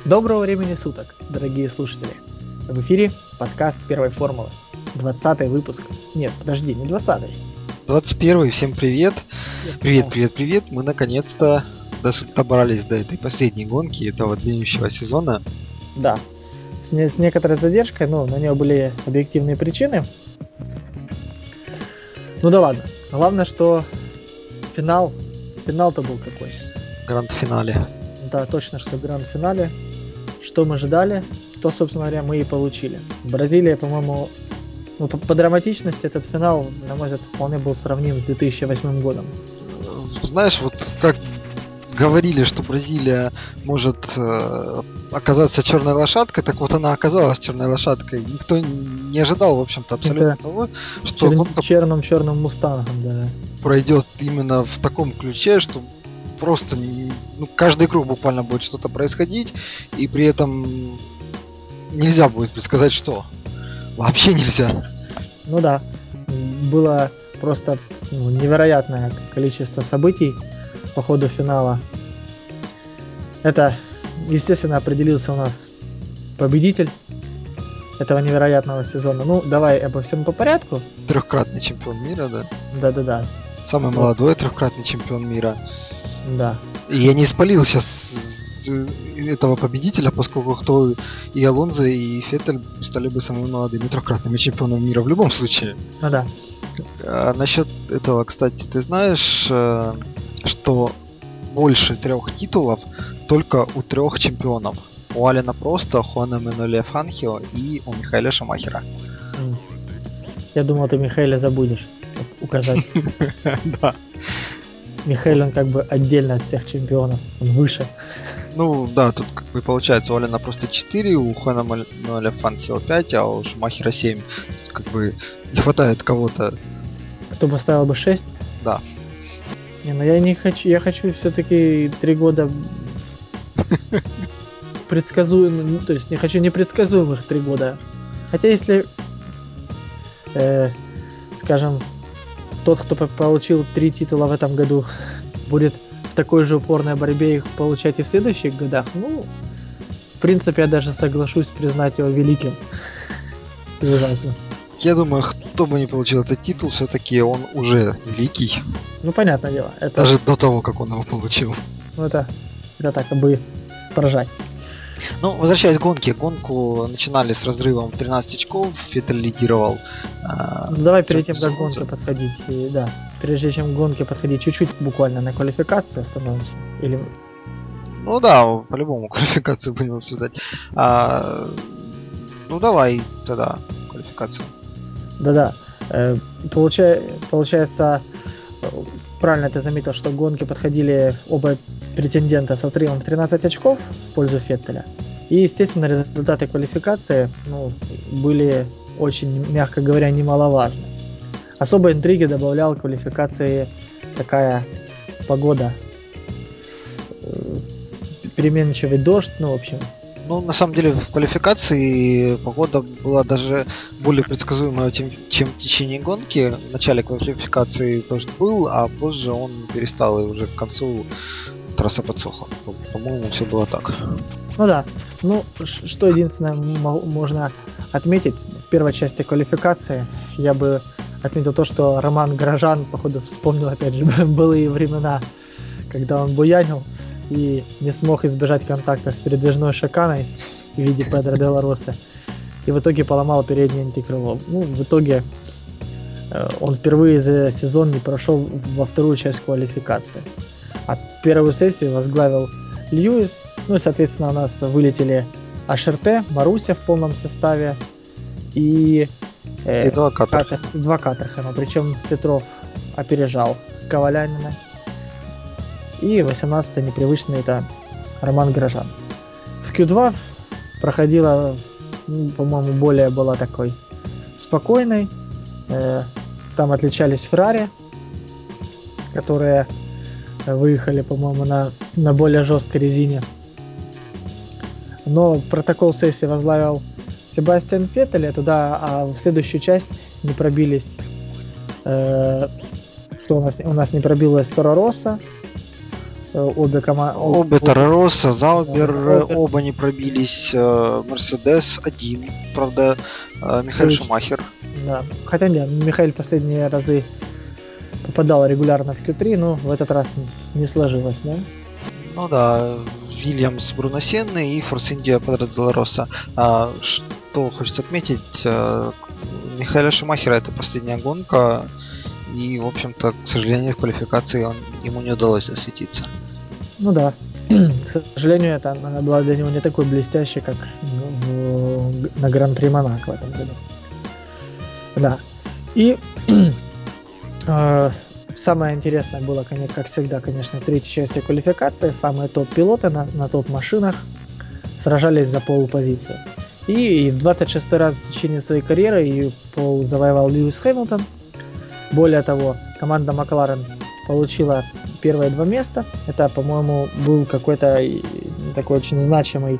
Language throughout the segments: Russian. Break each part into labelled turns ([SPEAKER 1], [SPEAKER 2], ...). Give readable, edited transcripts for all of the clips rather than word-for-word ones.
[SPEAKER 1] Доброго времени суток, дорогие слушатели. В эфире подкаст Первой формулы. 20-й выпуск. Нет, подожди, не 20-й.
[SPEAKER 2] 21-й, всем привет. Привет,
[SPEAKER 1] О,
[SPEAKER 2] привет, привет. Мы наконец-то добрались до этой последней гонки этого длиннющего сезона.
[SPEAKER 1] да. С некоторой задержкой, но на нее были объективные причины. Ну да ладно. Главное, что финал-то был какой.
[SPEAKER 2] Гранд-финале.
[SPEAKER 1] Да, точно, что в гранд-финале. Что мы ожидали, то, собственно говоря, мы и получили. Бразилия, по-моему, по драматичности этот финал, на мой взгляд, вполне был сравним с 2008 годом.
[SPEAKER 2] Знаешь, вот как говорили, что Бразилия может оказаться черной лошадкой, так вот она оказалась черной лошадкой. Никто не ожидал, в общем-то, абсолютно
[SPEAKER 1] Каким-то
[SPEAKER 2] того, что гонка
[SPEAKER 1] черным мустангом даже.
[SPEAKER 2] пройдет именно в таком ключе, что просто каждый круг буквально будет что-то происходить, и при этом нельзя будет предсказать, что. Вообще нельзя.
[SPEAKER 1] Ну да, было просто невероятное количество событий по ходу финала. Это, естественно, определился у нас победитель этого невероятного сезона. Ну, давай обо всем по порядку.
[SPEAKER 2] Трехкратный чемпион мира, да.
[SPEAKER 1] Да-да-да.
[SPEAKER 2] Самый
[SPEAKER 1] Вот,
[SPEAKER 2] молодой трехкратный чемпион мира.
[SPEAKER 1] да.
[SPEAKER 2] И я не спалил сейчас этого победителя, поскольку кто и Алонзо, и Феттель стали бы самыми молодыми трехкратными чемпионами мира в любом случае.
[SPEAKER 1] Ну да.
[SPEAKER 2] А насчет этого, кстати, ты знаешь, что больше 3 титулов только у 3 чемпионов. У Алина Просто, Хуана Мануэля Фанхио и у Михаэля Шумахера.
[SPEAKER 1] Я думал, ты Михаэля забудешь указать.
[SPEAKER 2] Да.
[SPEAKER 1] Михаэль, он как бы отдельно от всех чемпионов. Он выше.
[SPEAKER 2] Ну да, тут как бы получается у Алина просто 4, у Хуана Мануэля Фанхио 5, а у Шумахера 7. Тут как бы не хватает кого-то.
[SPEAKER 1] Кто поставил бы 6?
[SPEAKER 2] Да.
[SPEAKER 1] Не, ну я не хочу. Я хочу все-таки 3 года предсказуемым, то есть не хочу непредсказуемых 3 года. Хотя если, э, скажем, тот, кто получил 3 титула в этом году, будет в такой же упорной борьбе их получать и в следующих годах, ну, в принципе, я даже соглашусь признать его великим и ужасным.
[SPEAKER 2] Я думаю, кто бы не получил этот титул, все-таки он уже великий.
[SPEAKER 1] Ну, понятное дело, это,
[SPEAKER 2] Даже до того, как он его получил.
[SPEAKER 1] ну, это так, как бы поражать.
[SPEAKER 2] Ну, возвращаясь к гонке. Гонку начинали с разрывом в 13 очков. Феттель лидировал
[SPEAKER 1] Ну, давай перед
[SPEAKER 2] сразу
[SPEAKER 1] тем,
[SPEAKER 2] с
[SPEAKER 1] как к гонке
[SPEAKER 2] Алонсо.
[SPEAKER 1] подходить, да, прежде чем к гонке подходить, чуть-чуть буквально на квалификации остановимся. Или
[SPEAKER 2] Ну да, по-любому квалификацию будем обсуждать. А, ну давай тогда квалификацию.
[SPEAKER 1] да-да. Получается, э, правильно ты заметил, что гонки подходили оба претендента с отрывом в 13 очков в пользу Феттеля. И, естественно, результаты квалификации были очень, мягко говоря, немаловажны. Особой интриги добавлял квалификации такая погода. Э, Переменчивый дождь, ну, в общем.
[SPEAKER 2] Ну, на самом деле, в квалификации погода была даже более предсказуемая, чем в течение гонки. В начале квалификации дождь был, а позже он перестал, и уже к концу трасса подсохла. По-моему, все было так.
[SPEAKER 1] Ну да. Ну, что единственное можно отметить в первой части квалификации, я бы отметил то, что Роман Грожан, походу, вспомнил, опять же, былые времена, когда он буянил и не смог избежать контакта с передвижной шиканой в виде Педро де ла Росы. И в итоге поломал переднее антикрыло. Ну, в итоге он впервые за сезон не прошел во вторую часть квалификации. А первую сессию возглавил Льюис. Ну и, соответственно, у нас вылетели АШРТ, Маруся в полном составе и
[SPEAKER 2] И два катера.
[SPEAKER 1] два Катерхена. Причем Петров опережал Ковалянина. И 18-й непривычный это Роман Грожан. В Q2 проходила, по-моему, более была такой спокойной. Там отличались Феррари, которые выехали, по-моему, на более жесткой резине. Но протокол сессии возглавил Себастьян Феттель, туда, а в следующую часть не пробились, кто у нас не пробилась Торо Росса, Обе команды...
[SPEAKER 2] Оба Тороса, Заубер,
[SPEAKER 1] Заубер,
[SPEAKER 2] оба не пробились. Мерседес один, правда, Михаэль Шумахер.
[SPEAKER 1] да. Хотя нет, Михаил последние разы попадал регулярно в Q3, но в этот раз не сложилось, да?
[SPEAKER 2] Ну да, Вильямс Бруно Сенна и Форс Индия Педро де ла Роса. Что хочется отметить, Михаэля Шумахера это последняя гонка, и, в общем-то, к сожалению, в квалификации ему не удалось засветиться.
[SPEAKER 1] Ну да. К сожалению, она была для него не такой блестящей, как на Гран-при Монако в этом году. Да. И самое интересное было, как всегда, конечно, третья часть квалификации. Самые топ-пилоты на топ-машинах сражались за полупозицию. И в 26-й раз в течение своей карьеры и пол завоевал Льюис Хэмилтон. Более того, команда Макларен получила первые 2 места. Это, по-моему, был какой-то такой очень значимый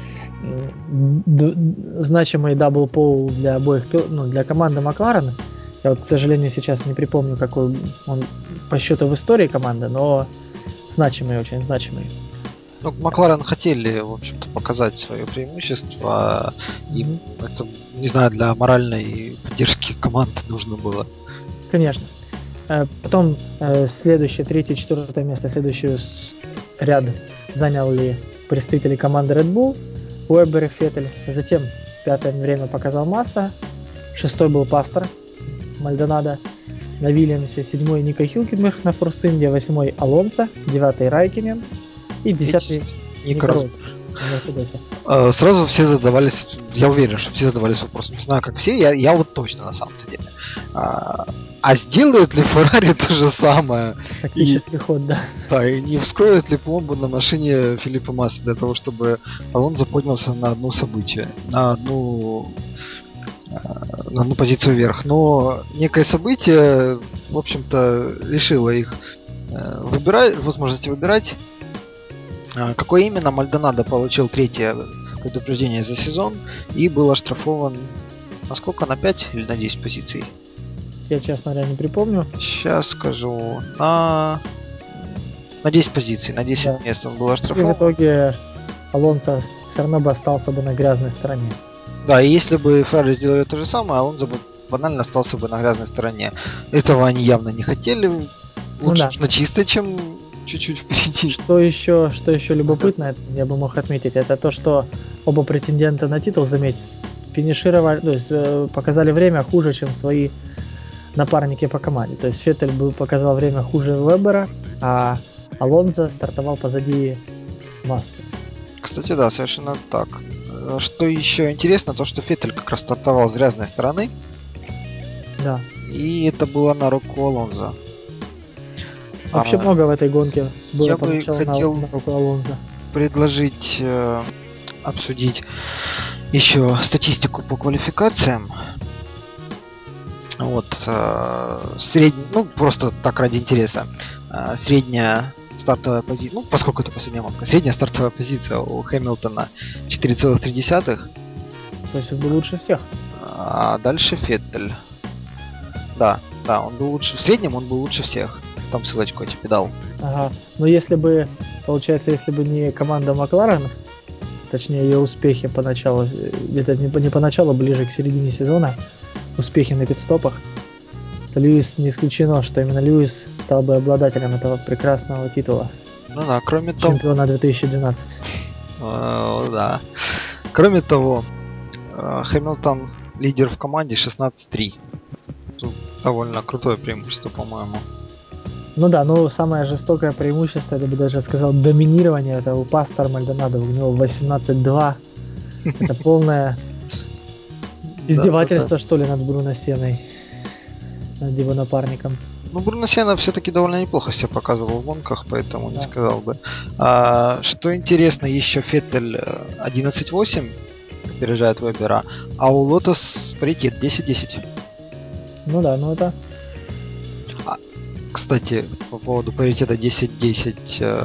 [SPEAKER 1] дабл-пол для обоих, ну, для команды Макларен. Я вот, к сожалению, сейчас не припомню, какой он по счету в истории команды, но значимый, очень значимый.
[SPEAKER 2] Ну, Макларен хотели, в общем-то, показать свое преимущество. Им это, не знаю, для моральной поддержки команды нужно было.
[SPEAKER 1] Конечно. Потом следующее, третье, четвертое место, следующий ряд заняли представители команды Red Bull, Уэббер и Феттель. Затем пятое время показал Масса, шестой был Пастор, Мальдонадо на Вильямсе, седьмой Ника Хилкенберг на Форс Индия, восьмой Алонсо, девятый Райкинен и десятый Ника Росберг на Мерседесе.
[SPEAKER 2] Сразу все задавались, я уверен, что все задавались вопросом, не знаю, как все, я вот точно на самом-то деле. А сделают ли Феррари то же самое?
[SPEAKER 1] Тактический ход, да.
[SPEAKER 2] Да, и не вскроют ли пломбу на машине Филиппа Масса для того, чтобы Алонсо поднялся на одно событие, на одну позицию вверх. Но некое событие, в общем-то, лишило их возможности выбирать. Какое именно, Мальдонадо получил третье предупреждение за сезон и был оштрафован на сколько? На 5 или на 10 позиций?
[SPEAKER 1] Я, честно говоря, не припомню.
[SPEAKER 2] Сейчас скажу. На 10 позиций, на 10
[SPEAKER 1] Да.
[SPEAKER 2] мест он был
[SPEAKER 1] И в
[SPEAKER 2] оштрафован.
[SPEAKER 1] итоге Алонсо все равно бы остался бы на грязной стороне.
[SPEAKER 2] Да, и если бы Феррари сделали то же самое, Алонсо бы банально остался бы на грязной стороне. Этого они явно не хотели. Лучше
[SPEAKER 1] Да.
[SPEAKER 2] уж на чистой, чем чуть-чуть впереди.
[SPEAKER 1] Что еще любопытно, я бы мог отметить, это то, что оба претендента на титул, заметь, финишировали, то есть показали время хуже, чем свои напарники по команде. То есть Феттель показал время хуже Вебера, а Алонсо стартовал позади Массы.
[SPEAKER 2] Кстати, да, совершенно так. Что еще интересно, то что Феттель как раз стартовал с грязной стороны.
[SPEAKER 1] Да.
[SPEAKER 2] И это было на руку Алонзо.
[SPEAKER 1] Вообще много в этой гонке было
[SPEAKER 2] Я бы
[SPEAKER 1] поначалу
[SPEAKER 2] хотел
[SPEAKER 1] на руку Алонсо.
[SPEAKER 2] предложить обсудить еще статистику по квалификациям. Вот, ну, просто так ради интереса. Средняя стартовая позиция, ну, поскольку это последняя гонка, средняя стартовая позиция у Хэмилтона 4,3.
[SPEAKER 1] То есть он был лучше всех.
[SPEAKER 2] А дальше Феттель. Да, он был лучше. В среднем он был лучше всех. Там ссылочку я тебе дал.
[SPEAKER 1] Ага. Но если бы, получается, если бы не команда Макларен, точнее ее успехи поначалу, где-то не поначалу, ближе к середине сезона, успехи на пидстопах, то Льюис не исключено, что именно Льюис стал бы обладателем этого прекрасного титула.
[SPEAKER 2] Ну да, кроме того...
[SPEAKER 1] Чемпиона 2012.
[SPEAKER 2] Да. Кроме того, Хэмилтон лидер в команде 16-3. Тут довольно крутое преимущество, по-моему.
[SPEAKER 1] Ну да, но самое жестокое преимущество, я бы даже сказал, доминирование, это у Пастора Мальдонадо. У него 18-2. Это полное издевательство, что ли, над Бруно Сеной, над его напарником.
[SPEAKER 2] Ну, Бруно Сенна все-таки довольно неплохо себя показывал в гонках, поэтому не
[SPEAKER 1] Да.
[SPEAKER 2] сказал бы. Что интересно, еще Феттель 11-8 опережает Вебера, а у Лотос паритет 10-10.
[SPEAKER 1] Ну да, ну это...
[SPEAKER 2] Кстати, по поводу паритета 10-10,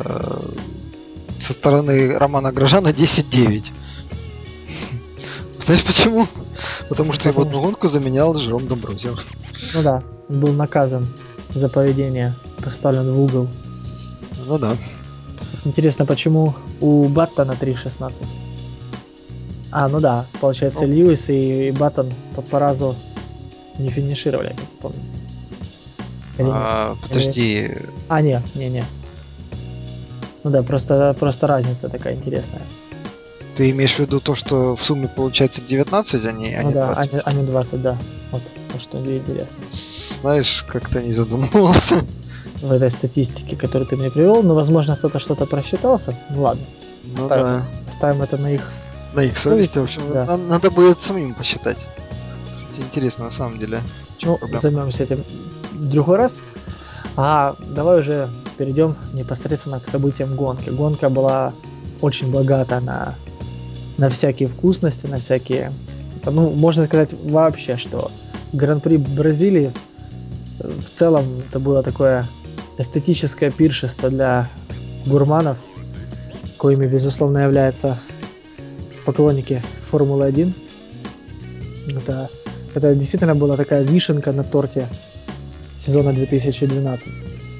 [SPEAKER 2] со стороны Романа Грожана 10-9. Знаешь почему? Потому что его одну гонку заменял Жером Домброзио.
[SPEAKER 1] Ну да, он был наказан за поведение, поставлен в угол.
[SPEAKER 2] Ну да.
[SPEAKER 1] Интересно, почему у Баттона 3.16? Ну да, получается,
[SPEAKER 2] Ну,
[SPEAKER 1] Льюис и Баттон по разу не финишировали, как я помню. Или нет? Или...
[SPEAKER 2] подожди,
[SPEAKER 1] Не. Ну да, просто разница такая интересная.
[SPEAKER 2] ты имеешь в виду то, что в сумме получается 19, а
[SPEAKER 1] Ну
[SPEAKER 2] не
[SPEAKER 1] да,
[SPEAKER 2] 20?
[SPEAKER 1] а не 20, да. Вот что интересно.
[SPEAKER 2] Знаешь, как-то не задумывался.
[SPEAKER 1] В этой статистике, которую ты мне привел, но, возможно, кто-то что-то просчитался. Ну ладно,
[SPEAKER 2] Ну да,
[SPEAKER 1] оставим это на их
[SPEAKER 2] на их совести, в
[SPEAKER 1] совесть,
[SPEAKER 2] общем,
[SPEAKER 1] да.
[SPEAKER 2] надо будет самим посчитать. Кстати, интересно на самом деле, в чем
[SPEAKER 1] Ну,
[SPEAKER 2] проблема.
[SPEAKER 1] займемся этим в другой раз. Давай уже перейдем непосредственно к событиям гонки. Гонка была очень богата на всякие вкусности, на всякие... Ну, можно сказать вообще, что Гран-при Бразилии в целом это было такое эстетическое пиршество для гурманов, коими, безусловно, являются поклонники Формулы-1. Это, это действительно была такая вишенка на торте сезона 2012.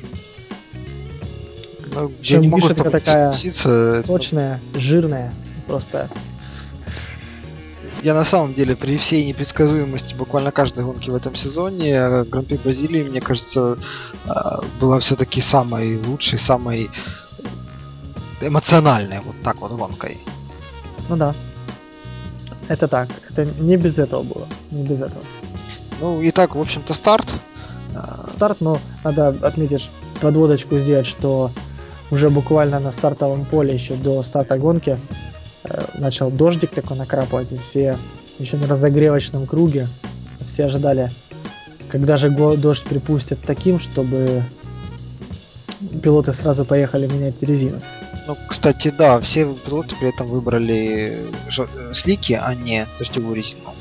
[SPEAKER 2] Ну, я не
[SPEAKER 1] Причем
[SPEAKER 2] могу с
[SPEAKER 1] вишенка
[SPEAKER 2] тобой не
[SPEAKER 1] такая
[SPEAKER 2] согласиться.
[SPEAKER 1] сочная, жирная, просто.
[SPEAKER 2] Я на самом деле при всей непредсказуемости буквально каждой гонки в этом сезоне Гран-при Бразилии, мне кажется, была все-таки самой лучшей, самой эмоциональной вот так вот гонкой.
[SPEAKER 1] Ну да, это так. Это не без этого было. Не без этого.
[SPEAKER 2] Ну, и так, в общем-то, старт. А,
[SPEAKER 1] Старт, но надо отметить, подводочку сделать, что уже буквально на стартовом поле еще до старта гонки начал дождик такой накрапывать, и все еще на разогревочном круге все ожидали, когда же дождь припустит таким, чтобы пилоты сразу поехали менять резину.
[SPEAKER 2] Ну, кстати, да, все пилоты при этом выбрали слики, а не дождевую резину.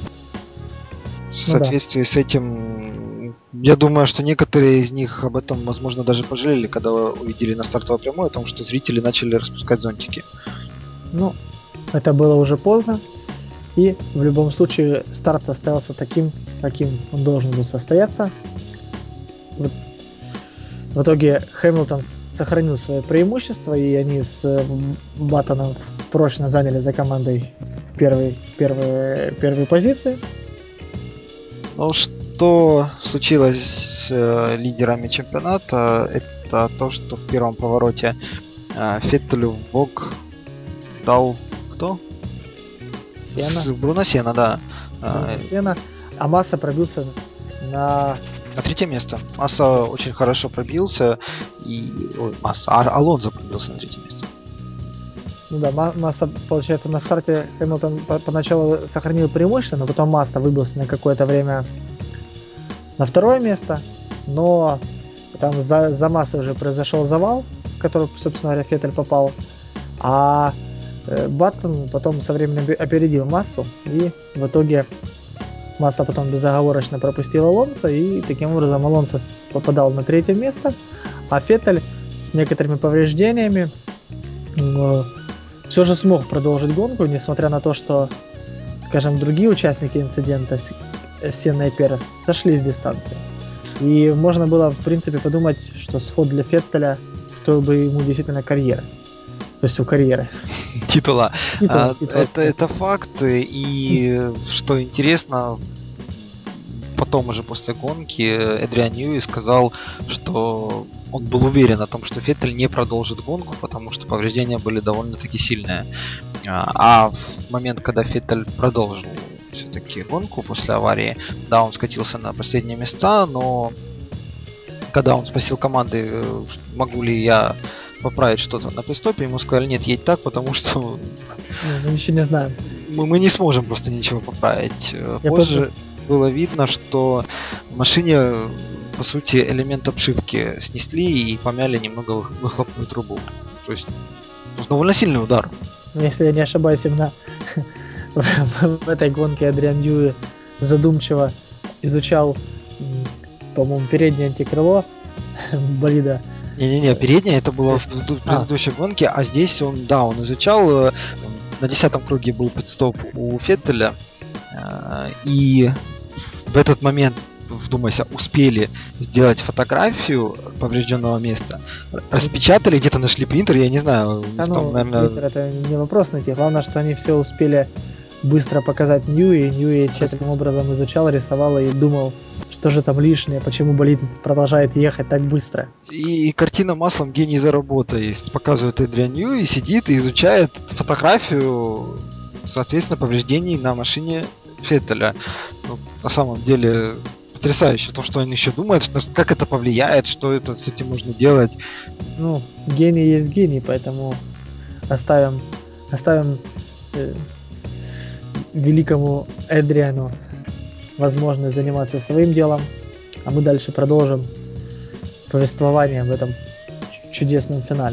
[SPEAKER 2] В
[SPEAKER 1] Ну да.
[SPEAKER 2] соответствии с этим, я думаю, что некоторые из них об этом, возможно, даже пожалели, когда увидели на стартовой прямой о том, что зрители начали распускать зонтики.
[SPEAKER 1] Ну, это было уже поздно, и в любом случае старт состоялся таким, каким он должен был состояться. Вот в итоге Хэмилтон сохранил свое преимущество, и они с Баттоном прочно заняли за командой первые позиции.
[SPEAKER 2] Но что случилось с лидерами чемпионата, это то, что в первом повороте Феттелю в бок дал кто?
[SPEAKER 1] Сена,
[SPEAKER 2] Бруно Сена, да.
[SPEAKER 1] Бруно Сена, а Масса пробился на...
[SPEAKER 2] На третье место. Масса очень хорошо пробился. Алонзо пробился на третье место.
[SPEAKER 1] Ну да, Масса, получается, на старте Хэмилтон поначалу сохранил преимущество, но потом Масса выбился на какое-то время на второе место, но там за Массой уже произошел завал, в который, собственно говоря, Феттель попал, а Баттон потом со временем опередил Массу, и в итоге Масса потом безоговорочно пропустил Алонсо, и таким образом Алонсо попадал на третье место, а Феттель с некоторыми повреждениями все же смог продолжить гонку, несмотря на то, что, скажем, другие участники инцидента Сенна и Перес сошли с дистанции. И можно было, в принципе, подумать, что сход для Феттеля стоил бы ему действительно карьеры. То есть у карьеры.
[SPEAKER 2] Титула.
[SPEAKER 1] Титула.
[SPEAKER 2] Это факт. И что интересно, потом уже после гонки Эдриан Ньюи сказал, что он был уверен о том, что Феттель не продолжит гонку, потому что повреждения были довольно-таки сильные. А в момент, когда Феттель продолжил все-таки гонку после аварии, да, он скатился на последние места, но когда он спросил команды, могу ли я поправить что-то на пидстопе, ему сказали, нет, едь так, потому что
[SPEAKER 1] Мы ничего не знаем.
[SPEAKER 2] мы не сможем просто ничего поправить.
[SPEAKER 1] Я помню,
[SPEAKER 2] Позже было видно, что в машине, по сути, элемент обшивки снесли и помяли немного выхлопную трубу. То есть довольно сильный удар.
[SPEAKER 1] если я не ошибаюсь, именно в этой гонке Адриан Ньюи задумчиво изучал, по-моему, переднее антикрыло болида.
[SPEAKER 2] Не-не-не, передняя это было в
[SPEAKER 1] А,
[SPEAKER 2] предыдущей гонке, а здесь он, да, он изучал, на 10-м круге был пидстоп у Феттеля, и в этот момент вдумайся, успели сделать фотографию поврежденного места, распечатали, где-то нашли принтер, я не знаю, у них там, наверное...
[SPEAKER 1] Принтер это не вопрос найти. Главное, что они все успели быстро показать Ньюи, и Ньюи тщательным образом изучал, рисовал и думал, что же там лишнее, почему болид продолжает ехать так быстро.
[SPEAKER 2] И картина маслом гений за работой. Показывает Эдриан Ньюи, сидит и изучает фотографию, соответственно, повреждений на машине Феттеля. Ну, на самом деле потрясающе то, что он еще думает, что, как это повлияет, что это с этим можно делать.
[SPEAKER 1] Ну, гений есть гений, поэтому оставим великому Эдриану возможность заниматься своим делом, а мы дальше продолжим повествование в этом чудесном финале.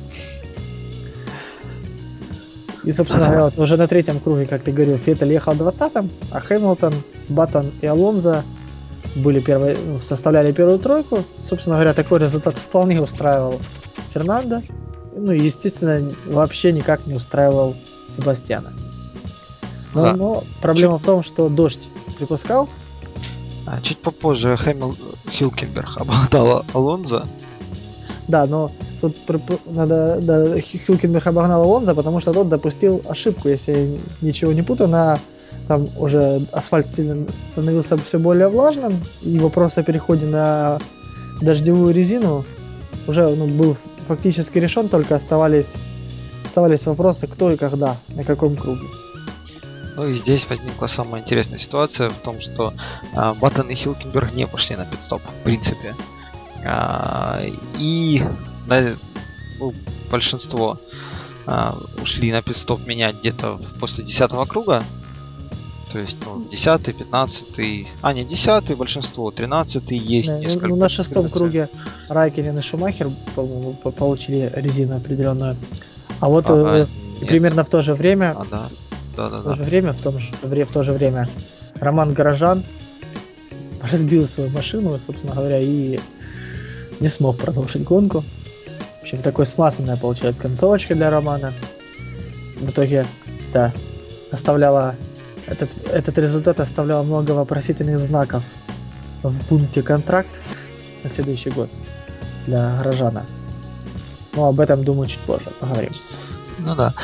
[SPEAKER 1] И, собственно говоря, вот уже на третьем круге, как ты говорил, Феттель ехал 20-м, а Хэмилтон, Баттон и Алонзо составляли первую тройку. Собственно говоря, такой результат вполне устраивал Фернандо. Ну и, естественно, вообще никак не устраивал Себастьяна. Но проблема в том, что дождь припускал.
[SPEAKER 2] Чуть попозже Хилкенберг обладал Алонзо.
[SPEAKER 1] Да, но тут надо Хилкенберг обогнал Алонзо, потому что тот допустил ошибку, если я ничего не путаю, там уже асфальт сильно становился все более влажным, и вопрос о переходе на дождевую резину уже был фактически решен, только оставались вопросы, кто и когда, на каком круге.
[SPEAKER 2] Ну и здесь возникла самая интересная ситуация в том, что Баттон и Хилкенберг не пошли на пит-стоп, в принципе. И большинство ушли на пит-стоп менять где-то после 10-го круга. То есть, 10-й, 15-й, не 10-й, большинство, 13-й есть несколько.
[SPEAKER 1] На 6-м круге Райкконен и Шумахер, по-моему, получили резину определенную. А вот примерно в то же время, в то же время Роман Грожан разбил свою машину, собственно говоря, и не смог продолжить гонку. В общем, такой смазанная получилась концовочка для Романа. В итоге, да, этот результат оставлял много вопросительных знаков в пункте контракт на следующий год для Грожана. Но об этом, думаю, чуть позже поговорим.
[SPEAKER 2] Ну да.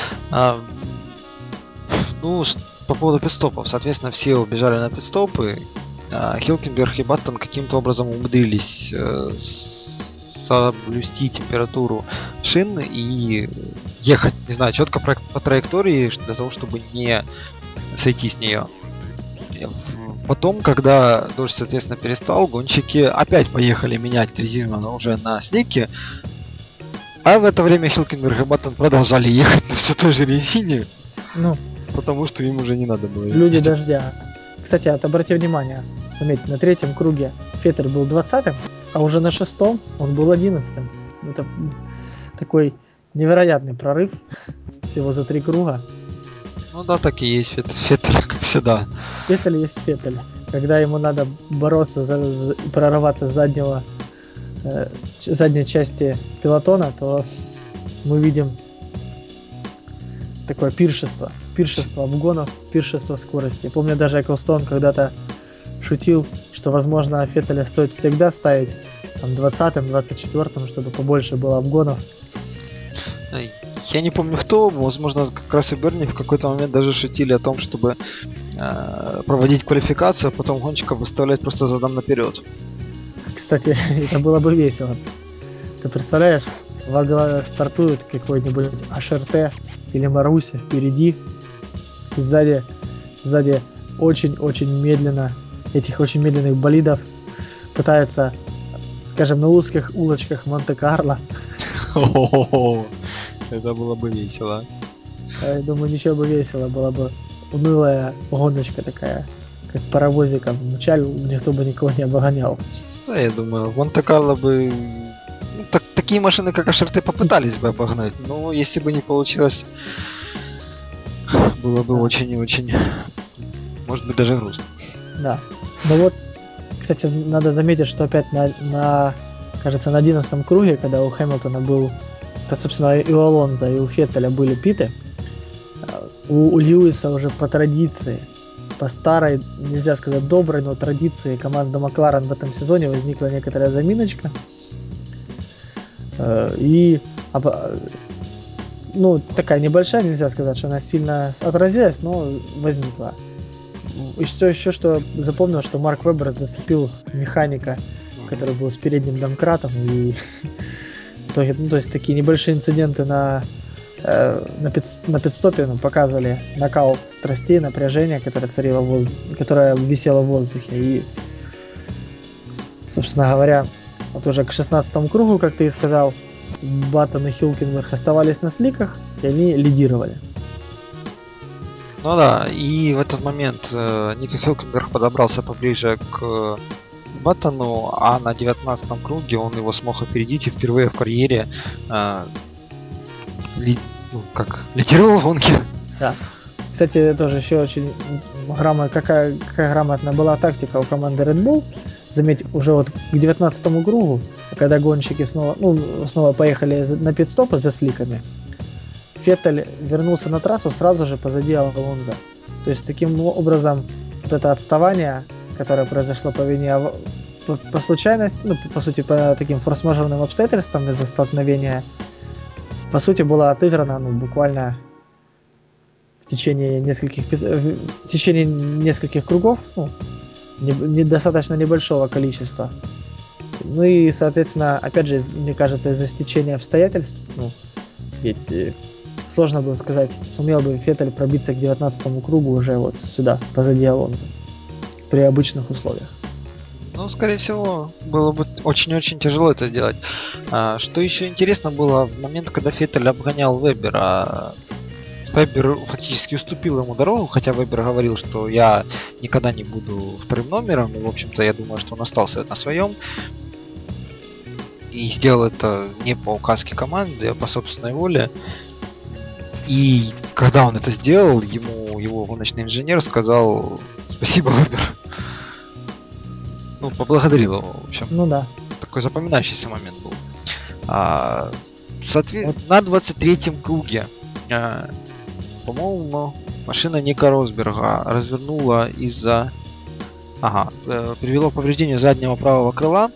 [SPEAKER 2] По поводу пит-стопов. Соответственно, все убежали на пит-стопы. Хилкенберг и Баттон каким-то образом умудрились соблюсти температуру шин и ехать, не знаю, четко по траектории для того, чтобы не сойти с нее. Потом, когда дождь, соответственно, перестал, гонщики опять поехали менять резину, но уже на слике. А в это время Хилкенберг и Баттон продолжали ехать на все той же резине. Потому что им уже не надо было.
[SPEAKER 1] Люди дождя. Кстати, обрати внимание, заметь, на третьем круге Феттель был 20-м, а уже на 6-м он был 11-м. Это такой невероятный прорыв всего за 3 круга.
[SPEAKER 2] Ну да, так и есть Феттель, как всегда.
[SPEAKER 1] Феттель есть Феттель. Когда ему надо бороться и прорываться с задней части пелотона, то мы видим такое пиршество обгонов, пиршество скорости. Я помню, даже Эклстон когда-то шутил, что, возможно, Феттеля стоит всегда ставить 20-м, 24-м, чтобы побольше было обгонов.
[SPEAKER 2] Я не помню кто, возможно, как раз и Берни в какой-то момент даже шутили о том, чтобы проводить квалификацию, а потом гонщиков выставлять просто задом наперед.
[SPEAKER 1] Кстати, это было бы весело. Ты представляешь, во главе стартует какой-нибудь HRT или Маруся впереди, и сзади очень-очень медленно этих очень медленных болидов пытается, скажем, на узких улочках Монте-Карло.
[SPEAKER 2] Это было бы весело.
[SPEAKER 1] Я думаю, ничего бы весело, была бы унылая гоночка такая, как паровозиком мчал, никто бы никого не обгонял.
[SPEAKER 2] Да, я думаю, в Монте-Карло бы такие машины, как HRT, попытались бы обогнать, но если бы не получилось, было бы очень и очень, может быть, даже грустно.
[SPEAKER 1] Да. Ну вот, кстати, надо заметить, что опять кажется, на 11-м круге, когда у Хэмилтона был, собственно, и у Алонзо, и у Феттеля были питы, у Льюиса уже по традиции по старой, нельзя сказать доброй, но традиции команды Макларен в этом сезоне возникла некоторая заминочка. И ну, такая небольшая, нельзя сказать, что она сильно отразилась, но возникла. И еще что запомнил, что Марк Вебер зацепил механика, который был с передним домкратом, и ну, то есть такие небольшие инциденты на пидстопе показывали накал страстей, напряжение, которое висело в воздухе. И, собственно говоря, вот уже к 16-му кругу, как ты и сказал, Баттон и Хюлкенберг оставались на сликах, и они лидировали.
[SPEAKER 2] Ну да, и в этот момент Ника Хюлкенберг подобрался поближе к Баттону, а на 19-м круге он его смог опередить и впервые в карьере лидировал гонки.
[SPEAKER 1] Да. Кстати, тоже еще очень какая грамотная была тактика у команды Red Bull. Заметь, уже вот к 19-му кругу, когда гонщики снова поехали на пит-стопы за сликами, Феттель вернулся на трассу сразу же позади Алонзо. То есть таким образом вот это отставание, которое произошло по вине по случайности, ну, по сути, по таким форс-мажорным обстоятельствам из-за столкновения, по сути, было отыграно, ну, буквально в течение нескольких кругов, ну, достаточно небольшого количества. Ну и, соответственно, опять же, мне кажется, из-за стечения обстоятельств, ну, ведь сложно было сказать, сумел бы Феттель пробиться к 19-му кругу уже вот сюда, позади Алонзо, при обычных условиях.
[SPEAKER 2] Ну, скорее всего, было бы очень-очень тяжело это сделать. Что еще интересно было, в момент, когда Феттель обгонял Вебера, Вебер фактически уступил ему дорогу, хотя Вебер говорил, что я никогда не буду вторым номером, и, в общем-то, я думаю, что он остался на своем. И сделал это не по указке команды, а по собственной воле. И когда он это сделал, ему его гоночный инженер сказал: спасибо, Вебер. Ну, поблагодарил его, в общем.
[SPEAKER 1] Ну да.
[SPEAKER 2] Такой запоминающийся момент был. На 23-м круге, по-моему, машина Ника Росберга развернула привело к повреждению заднего правого крыла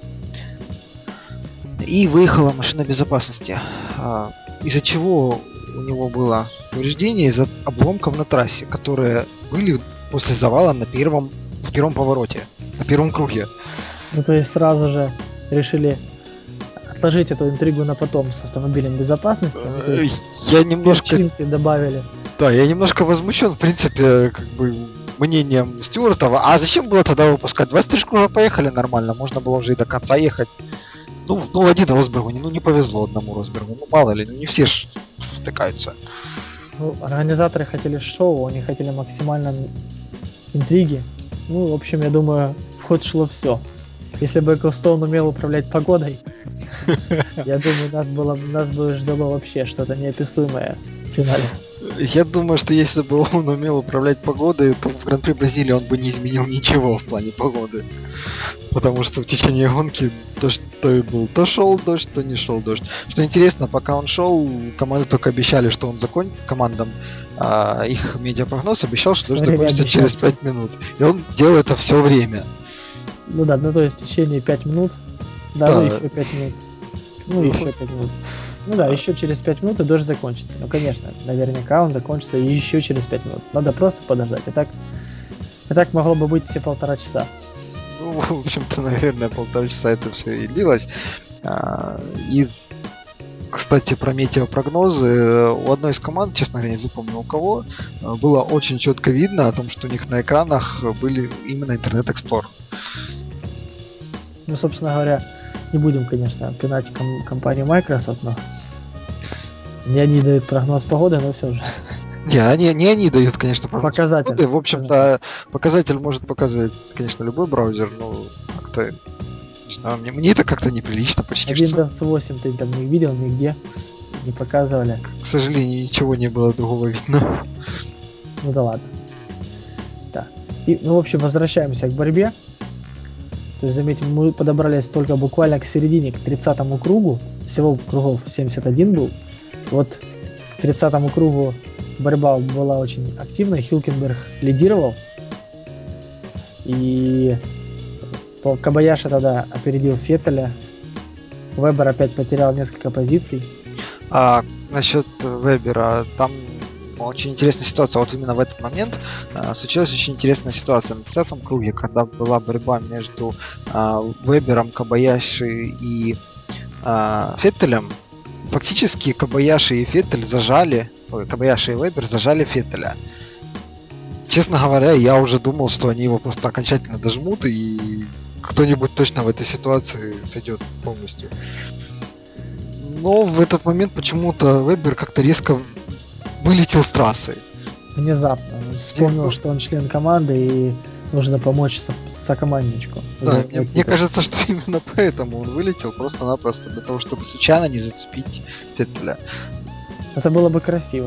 [SPEAKER 2] и выехала машина безопасности. Из-за чего у него было повреждение из-за обломков на трассе, которые были после завала в первом повороте, на первом круге.
[SPEAKER 1] Ну то есть сразу же решили отложить эту интригу на потом с автомобилем безопасности. Ну, то есть
[SPEAKER 2] Я немножко...
[SPEAKER 1] перчинки добавили.
[SPEAKER 2] Да, я немножко возмущен, в принципе, как бы мнением Стюартова. А зачем было тогда выпускать? 23 круга поехали нормально, можно было уже и до конца ехать. Ну один Росбергу не повезло одному Росбергу. Ну, мало ли, не все ж втыкаются.
[SPEAKER 1] Ну, организаторы хотели шоу, они хотели максимально интриги. Ну, в общем, я думаю, в ход шло все. Если бы Эклстоун умел управлять погодой, я думаю, нас бы ждало вообще что-то неописуемое в финале.
[SPEAKER 2] Я думаю, что если бы он умел управлять погодой, то в Гран-при Бразилии он бы не изменил ничего в плане погоды. Потому что в течение гонки то шел дождь, то не шел дождь. Что интересно, пока он шел, команды только обещали, что он командам их медиапрогноз обещал, что дождь закончится через 5 минут. И он делал это все время.
[SPEAKER 1] Ну да, ну то есть в течение 5 минут. Да,
[SPEAKER 2] Да.
[SPEAKER 1] ну еще 5 минут. Ну еще 5 минут. Ну да, еще через 5 минут и дождь закончится. Ну конечно, наверняка он закончится еще через 5 минут. Надо просто подождать. И так могло бы быть все 1,5 часа.
[SPEAKER 2] Ну, в общем-то, наверное, 1,5 часа это все и длилось. Кстати, про метеопрогнозы. У одной из команд, честно говоря, не запомнил у кого, было очень четко видно о том, что у них на экранах были именно Internet Explorer.
[SPEAKER 1] Ну, собственно говоря, не будем, конечно, пинать компанию Microsoft, но не они дают прогноз погоды, но все же.
[SPEAKER 2] Не они дают, конечно, прогноз
[SPEAKER 1] Показатель.
[SPEAKER 2] погоды. В общем-то, показатель может показывать, конечно, любой браузер, но как-то, не знаю, мне это как-то неприлично почти.
[SPEAKER 1] А Windows 8 ты там не видел нигде? Не показывали?
[SPEAKER 2] К сожалению, ничего не было другого видно.
[SPEAKER 1] Ну да ладно. Да. И, ну, в общем, возвращаемся к борьбе. То есть, заметим, мы подобрались только буквально к середине, к 30-му кругу. Всего кругов 71 был. Вот к 30-му кругу борьба была очень активной. Хюлкенберг лидировал. И Кобаяши тогда опередил Феттеля. Вебер опять потерял несколько позиций.
[SPEAKER 2] А насчет Вебера, там очень интересная ситуация. Вот именно в этот момент случилась очень интересная ситуация на 30-м круге, когда была борьба между Вебером, Кобаяши и Феттелем. Фактически Кобаяши и Феттель зажали, Кобаяши и Вебер зажали Феттеля. Честно говоря, я уже думал, что они его просто окончательно дожмут, и кто-нибудь точно в этой ситуации сойдет полностью. Но в этот момент почему-то Вебер как-то резко вылетел с трассы.
[SPEAKER 1] Внезапно он вспомнил,
[SPEAKER 2] Ну,
[SPEAKER 1] что он член команды и нужно помочь сокомандничку
[SPEAKER 2] да,
[SPEAKER 1] завоевать
[SPEAKER 2] мне
[SPEAKER 1] титул.
[SPEAKER 2] кажется, что именно поэтому он вылетел просто-напросто для того, чтобы случайно не зацепить Феттеля.
[SPEAKER 1] Это было бы красиво.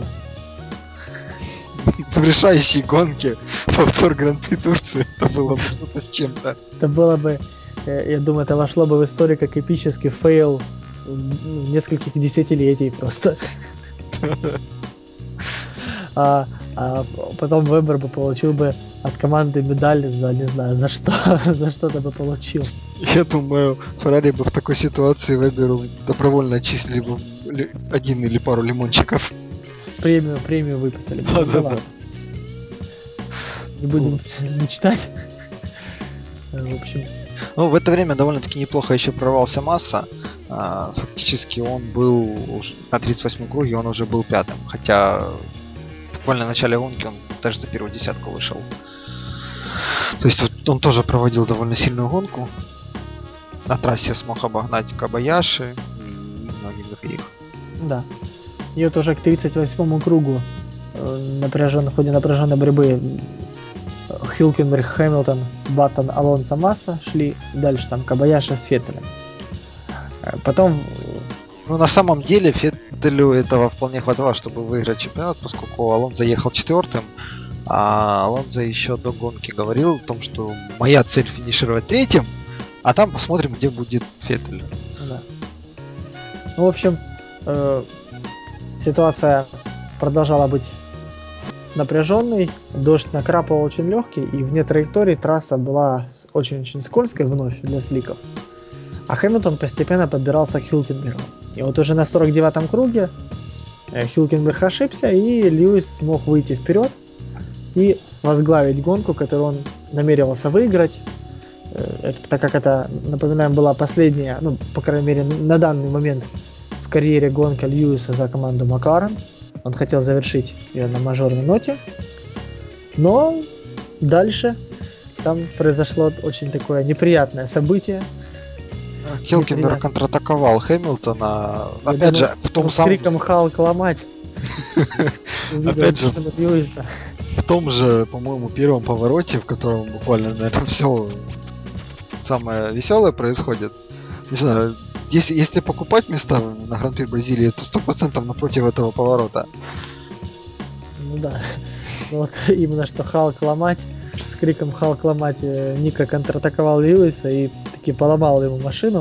[SPEAKER 2] В решающей гонке повтор Гран-при Турции это было бы что-то с чем-то.
[SPEAKER 1] Это было бы, я думаю, это вошло бы в историю как эпический фейл нескольких десятилетий просто. А, а потом Вебер бы получил бы от команды медаль за, не знаю, за что, за что-то бы получил.
[SPEAKER 2] Я думаю, Феррари бы в такой ситуации Веберу добровольно отчислили бы один или пару лимончиков.
[SPEAKER 1] Премию выписали бы. Ну да
[SPEAKER 2] Да-да-да.
[SPEAKER 1] ладно. Не будем мечтать. В общем,
[SPEAKER 2] Ну, в это время довольно-таки неплохо еще прорвался Масса. Фактически он был уже на 38-м круге, он уже был пятым. Хотя буквально в начале гонки он даже за первую десятку вышел. То есть вот он тоже проводил довольно сильную гонку. На трассе смог обогнать Кабаяши и многих других.
[SPEAKER 1] да. И вот уже к 38-му кругу в ходе напряженной борьбы Хюлкенберг, Хэмилтон, Баттон, Алонсо, Масса шли. Дальше там Кобаяши с Феттелем. Потом...
[SPEAKER 2] Ну, на самом деле, Феттелю этого вполне хватало, чтобы выиграть чемпионат, поскольку Алонсо ехал четвертым, а Алонсо еще до гонки говорил о том, что моя цель финишировать третьим, а там посмотрим, где будет Феттель.
[SPEAKER 1] Да. Ну, в общем, ситуация продолжала быть напряженной. Дождь накрапывал очень легкий, и вне траектории трасса была очень-очень скользкой вновь для сликов. А Хэмилтон постепенно подбирался к Хюлкенбергу. И вот уже на 49-м круге Хюлкенберг ошибся, и Льюис смог выйти вперед и возглавить гонку, которую он намеревался выиграть. Так как это, напоминаем, была последняя, ну, по крайней мере, на данный момент в карьере гонка Льюиса за команду Макларен. Он хотел завершить ее на мажорной ноте. Но дальше там произошло очень такое неприятное событие.
[SPEAKER 2] Хилкенберг контратаковал Хэмилтона,
[SPEAKER 1] Я
[SPEAKER 2] опять
[SPEAKER 1] думаю,
[SPEAKER 2] же, в том
[SPEAKER 1] он с
[SPEAKER 2] самом...
[SPEAKER 1] криком «Халк ломать!» увидел
[SPEAKER 2] Опять же,
[SPEAKER 1] машину Льюиса.
[SPEAKER 2] в том же, по-моему, первом повороте, в котором буквально, наверное, все самое веселое происходит. Не знаю, если покупать места на Гран-при Бразилии, то 100% напротив этого поворота.
[SPEAKER 1] Ну да, ну вот именно что Халк ломать, с криком Халк ломать Ника контратаковал Льюиса и таки поломал ему машину.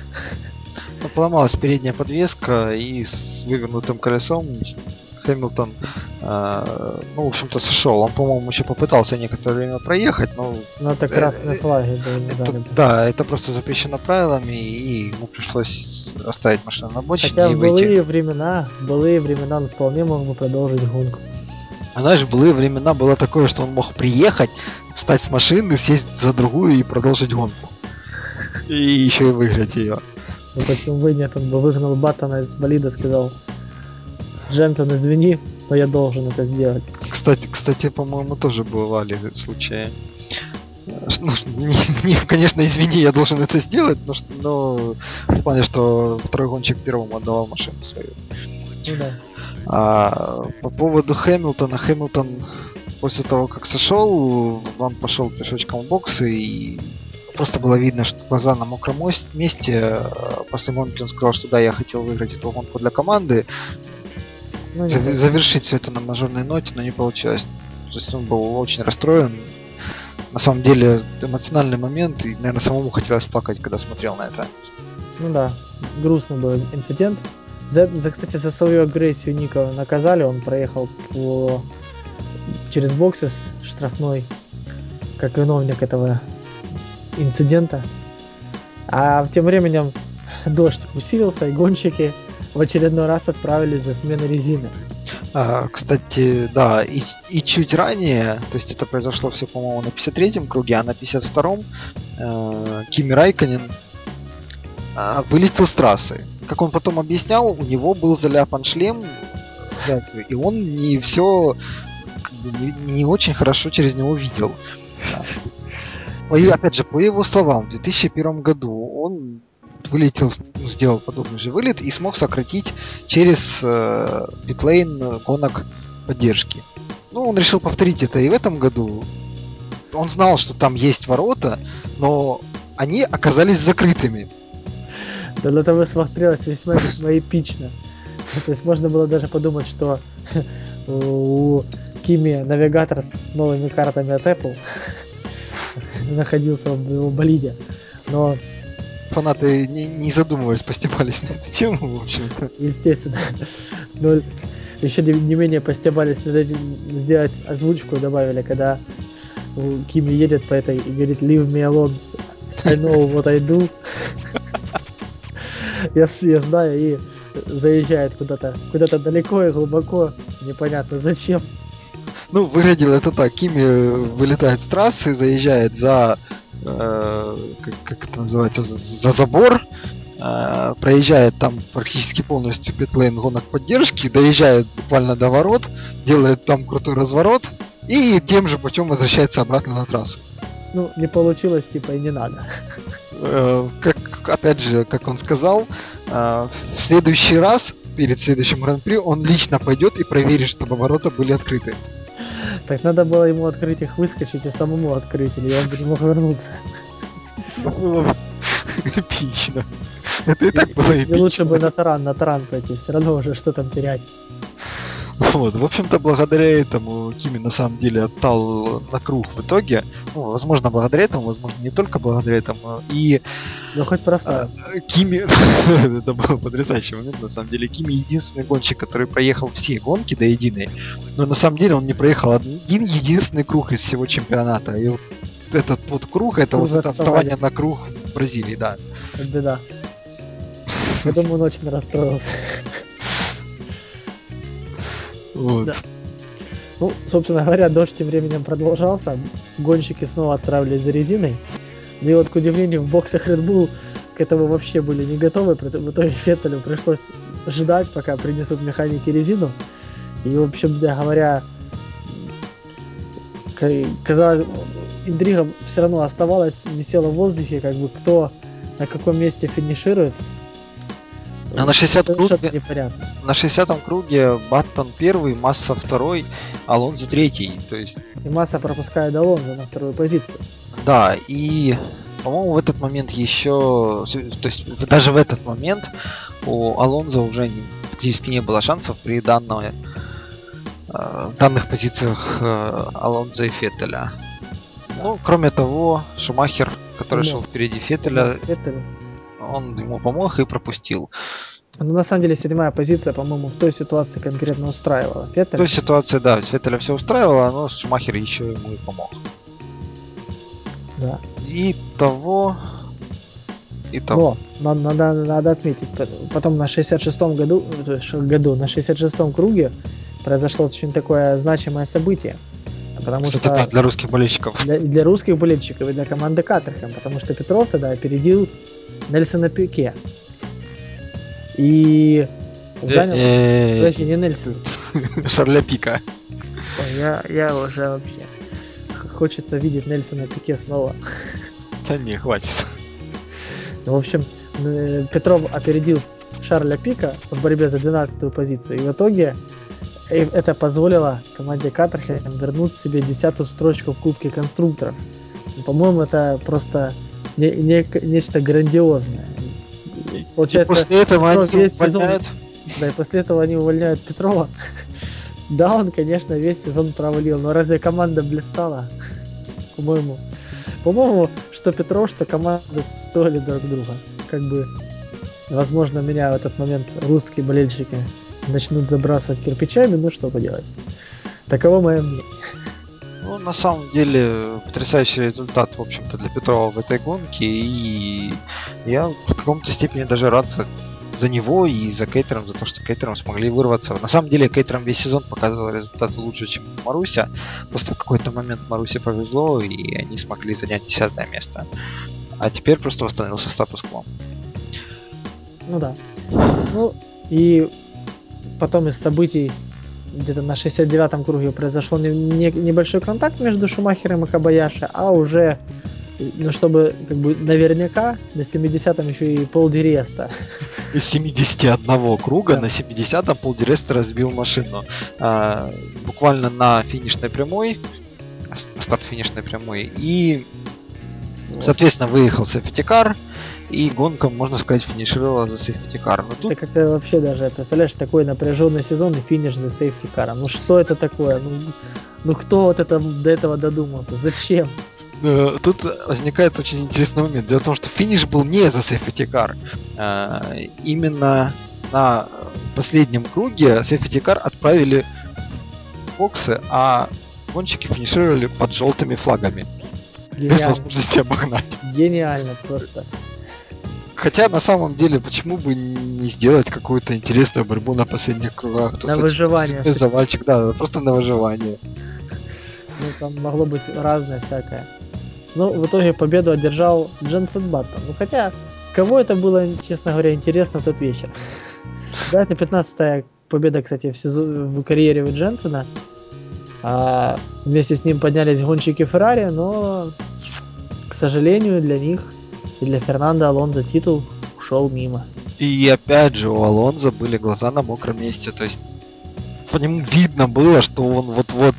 [SPEAKER 2] Но поломалась передняя подвеска, и с вывернутым колесом Хэмилтон, ну, в общем-то, сошел. Он, по-моему, еще попытался некоторое время проехать, но
[SPEAKER 1] Но это красные флаги бы ему
[SPEAKER 2] это,
[SPEAKER 1] дали бы.
[SPEAKER 2] да, это просто запрещено правилами, и ему пришлось оставить машину на
[SPEAKER 1] Хотя
[SPEAKER 2] обочине и
[SPEAKER 1] в
[SPEAKER 2] выйти.
[SPEAKER 1] былые времена он вполне мог бы продолжить гонку.
[SPEAKER 2] А знаешь, в былые времена было такое, что он мог приехать, встать с машины, сесть за другую и продолжить гонку. И еще и выиграть ее.
[SPEAKER 1] Ну почему бы и нет, он бы выгнал Баттона из болида, сказал: Дженсен, извини, но я должен это сделать.
[SPEAKER 2] Кстати, по-моему, тоже бывали случаи. Ну, конечно, извини, я должен это сделать, но в плане, что второй гонщик первому отдавал машину свою.
[SPEAKER 1] Ну да.
[SPEAKER 2] По поводу Хэмилтона. Хэмилтон после того, как сошел, он пошел пешочком в боксы, и просто было видно, что глаза на мокром месте. После гонки он сказал, что да, я хотел выиграть эту гонку для команды,
[SPEAKER 1] Ну не получилось.
[SPEAKER 2] завершить все это на мажорной ноте, но не получилось. То есть он был очень расстроен. На самом деле эмоциональный момент, и, наверное, самому хотелось плакать, когда смотрел на это.
[SPEAKER 1] Ну да, грустный был инцидент. Кстати, за свою агрессию Ника наказали, он проехал через боксы с штрафной. как виновник этого инцидента. А тем временем дождь усилился, и гонщики в очередной раз отправились за сменой резины.
[SPEAKER 2] Кстати, да, и чуть ранее, то есть это произошло все, по-моему, на 53-м круге, а на 52-м Кими Райконен вылетел с трассы. Как он потом объяснял, у него был заляпан шлем, и он не все не очень хорошо через него видел. Опять же, по его словам, в 2001 году он вылетел, сделал подобный же вылет и смог сократить через питлейн гонок поддержки. Ну, он решил повторить это и в этом году. Он знал, что там есть ворота, но они оказались закрытыми.
[SPEAKER 1] Да, для того смотрелось весьма эпично. То есть можно было даже подумать, что у Кими навигатор с новыми картами от Apple находился в его болиде. Но,
[SPEAKER 2] Фанаты, не задумываясь, постебались на эту тему, в общем-то.
[SPEAKER 1] естественно, но еще не менее постебались над этим, сделать озвучку добавили, когда Кими едет по этой и говорит «Leave me alone, I know what I do». Я знаю, и заезжает куда-то далеко и глубоко, непонятно зачем.
[SPEAKER 2] Ну, выглядело это так. Кими вылетает с трассы, заезжает за как это называется, за забор, проезжает там практически полностью питлейн гонок поддержки, доезжает буквально до ворот, делает там крутой разворот и тем же путем возвращается обратно на трассу.
[SPEAKER 1] Ну, не получилось, типа, и не надо.
[SPEAKER 2] Как, опять же, как он сказал, в следующий раз, перед следующим гран-при, он лично пойдет и проверит, чтобы ворота были открыты.
[SPEAKER 1] Так надо было ему открыть их, выскочить и самому открыть, или он бы не мог вернуться.
[SPEAKER 2] Было бы эпично. Это и так было
[SPEAKER 1] И лучше бы
[SPEAKER 2] эпично.
[SPEAKER 1] на таран пойти, все равно уже что там терять.
[SPEAKER 2] Вот, в общем-то, благодаря этому Кими на самом деле отстал на круг в итоге. Ну, возможно, благодаря этому, возможно, не только благодаря этому. И
[SPEAKER 1] Ну, хоть прославился.
[SPEAKER 2] Кими, это был потрясающий момент, на самом деле. Кими единственный гонщик, который проехал все гонки до единой. Но на самом деле он не проехал один единственный круг из всего чемпионата. И вот этот вот круг, это вот
[SPEAKER 1] Круг
[SPEAKER 2] это
[SPEAKER 1] отставания.
[SPEAKER 2] отставание на круг в Бразилии, да.
[SPEAKER 1] Это беда. Я думаю, он очень расстроился.
[SPEAKER 2] Вот.
[SPEAKER 1] Да. Ну, собственно говоря, дождь тем временем продолжался. Гонщики снова отправились за резиной. И вот, к удивлению, в боксах Red Bull к этому вообще были не готовы. В итоге Феттелю пришлось ждать, пока принесут механики резину. И, в общем говоря, казалось, интрига все равно оставалась, висела в воздухе, как бы кто на каком месте финиширует.
[SPEAKER 2] А на 60
[SPEAKER 1] Совершенно
[SPEAKER 2] круге,
[SPEAKER 1] непонятно.
[SPEAKER 2] на 60-м круге Баттон первый, Масса второй, Алонзо третий. То есть,
[SPEAKER 1] И Масса пропускает Алонзо на вторую позицию.
[SPEAKER 2] да, и по-моему, в этот момент еще, то есть даже в этот момент у Алонзо уже фактически не было шансов при данных позициях Алонзо и Феттеля.
[SPEAKER 1] Да.
[SPEAKER 2] Ну, кроме того, Шумахер, который шел
[SPEAKER 1] Помог.
[SPEAKER 2] впереди
[SPEAKER 1] Помог
[SPEAKER 2] Феттеля,
[SPEAKER 1] Феттелю.
[SPEAKER 2] он ему помог и пропустил.
[SPEAKER 1] Но на самом деле 7-я позиция, по-моему, в той ситуации конкретно устраивала
[SPEAKER 2] В той
[SPEAKER 1] Феттеля.
[SPEAKER 2] ситуации, да, Феттеля все устраивало, но Шумахер еще ему и помог.
[SPEAKER 1] Да.
[SPEAKER 2] И того,
[SPEAKER 1] Но надо отметить, потом на 66-м году, на 66-м круге произошло очень такое значимое событие. Потому
[SPEAKER 2] кстати, да,
[SPEAKER 1] что
[SPEAKER 2] для русских болельщиков.
[SPEAKER 1] для русских болельщиков и для команды Катерхэм, потому что Петров тогда опередил Нельсона Пике. И занял... Подожди, не Нельсон.
[SPEAKER 2] Шарля Пика.
[SPEAKER 1] Ой, я уже вообще... Хочется видеть Нельсона Пике снова.
[SPEAKER 2] Да не, хватит.
[SPEAKER 1] В общем, Петров опередил Шарля Пика в борьбе за 12-ю позицию. И в итоге это позволило команде Катерхэм вернуть себе 10-ю строчку в Кубке конструкторов. По-моему, это просто нечто грандиозное.
[SPEAKER 2] И
[SPEAKER 1] Получается,
[SPEAKER 2] после этого
[SPEAKER 1] Петров
[SPEAKER 2] они
[SPEAKER 1] весь сезон...
[SPEAKER 2] увольняют.
[SPEAKER 1] Да, и после этого они увольняют Петрова. Да, он, конечно, весь сезон провалил, но разве команда блистала? По-моему, что Петров, что команда стоили друг друга. Как бы, возможно, меня в этот момент русские болельщики начнут забрасывать кирпичами, ну что поделать. Таково мое мнение.
[SPEAKER 2] Ну, на самом деле, потрясающий результат, в общем-то, для Петрова в этой гонке. И я в каком-то степени даже рад за него и за Кейтером, за то, что Кейтером смогли вырваться. На самом деле, Кейтером весь сезон показывал результаты лучше, чем Маруся. Просто в какой-то момент Марусе повезло, и они смогли занять 10 место. А теперь просто восстановился статус-кво.
[SPEAKER 1] Ну да. Ну, и потом из событий где-то на 69-м круге произошел небольшой контакт между Шумахером и Кабаяши, а уже, ну, чтобы как бы наверняка на 70-м еще и Пол Ди Реста.
[SPEAKER 2] Из 71 круга
[SPEAKER 1] Да.
[SPEAKER 2] на 70-м Пол Ди Реста разбил машину. Буквально на финишной прямой, на старт финишной прямой. И,
[SPEAKER 1] Вот.
[SPEAKER 2] соответственно, выехал сейфтикар. И гонка, можно сказать, финишировала за сейфтикар. Но
[SPEAKER 1] Это
[SPEAKER 2] тут
[SPEAKER 1] как-то вообще даже, представляешь, такой напряженный сезон и финиш за сейфтикаром. Ну что это такое? Ну кто вот это до этого додумался? Зачем?
[SPEAKER 2] Тут возникает очень интересный момент. Дело в том, что финиш был не за сейфтикар. Именно на последнем круге сейфтикар отправили в боксы, а гонщики финишировали под желтыми флагами. Без
[SPEAKER 1] Гениально.
[SPEAKER 2] возможности обогнать.
[SPEAKER 1] Гениально просто.
[SPEAKER 2] Хотя на самом деле, почему бы не сделать какую-то интересную борьбу на последних кругах?
[SPEAKER 1] На
[SPEAKER 2] Кто-то
[SPEAKER 1] выживание.
[SPEAKER 2] завальчик, да, просто на выживание.
[SPEAKER 1] Ну там могло быть разное всякое. Ну, в итоге победу одержал Дженсен Баттон. Ну, хотя, кого это было, честно говоря, интересно в тот вечер. Да, это 15-я победа, кстати, в карьере у Дженсена. А вместе с ним поднялись гонщики Феррари, но, к сожалению, для них и для Фернандо Алонсо титул ушел мимо.
[SPEAKER 2] И опять же, у Алонзо были глаза на мокром месте. То есть по нему видно было, что он вот-вот,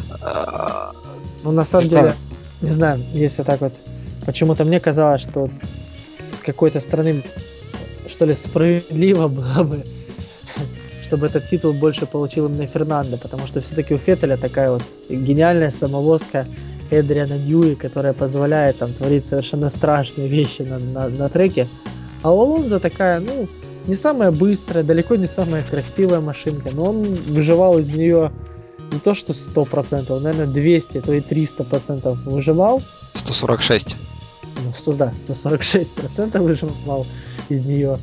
[SPEAKER 1] Ну, на
[SPEAKER 2] не
[SPEAKER 1] самом деле,
[SPEAKER 2] знаю,
[SPEAKER 1] не знаю, если так вот, почему-то мне казалось, что с какой-то стороны, что ли, справедливо было бы, чтобы этот титул больше получил именно Фернандо, потому что все-таки у Феттеля такая вот гениальная самовозка Эдриана Ньюи, которая позволяет там творить совершенно страшные вещи на треке. А у Алонзо такая, ну, не самая быстрая, далеко не самая красивая машинка, но он выживал из нее не то что 100%, наверное 200, то и 300% выживал.
[SPEAKER 2] 146.
[SPEAKER 1] Ну, 100, да, 146% выживал из нее.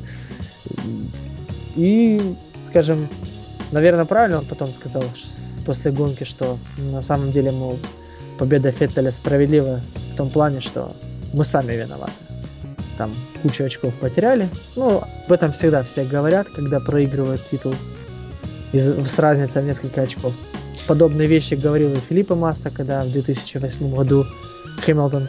[SPEAKER 1] И, скажем, наверное, правильно он потом сказал после гонки, что на самом деле, мол, победа Феттеля справедлива в том плане, что мы сами виноваты. Там кучу очков потеряли. Ну, об этом всегда все говорят, когда проигрывают титул с разницей в несколько очков. Подобные вещи говорил и Филиппе Масса, когда в 2008 году Хэмилтон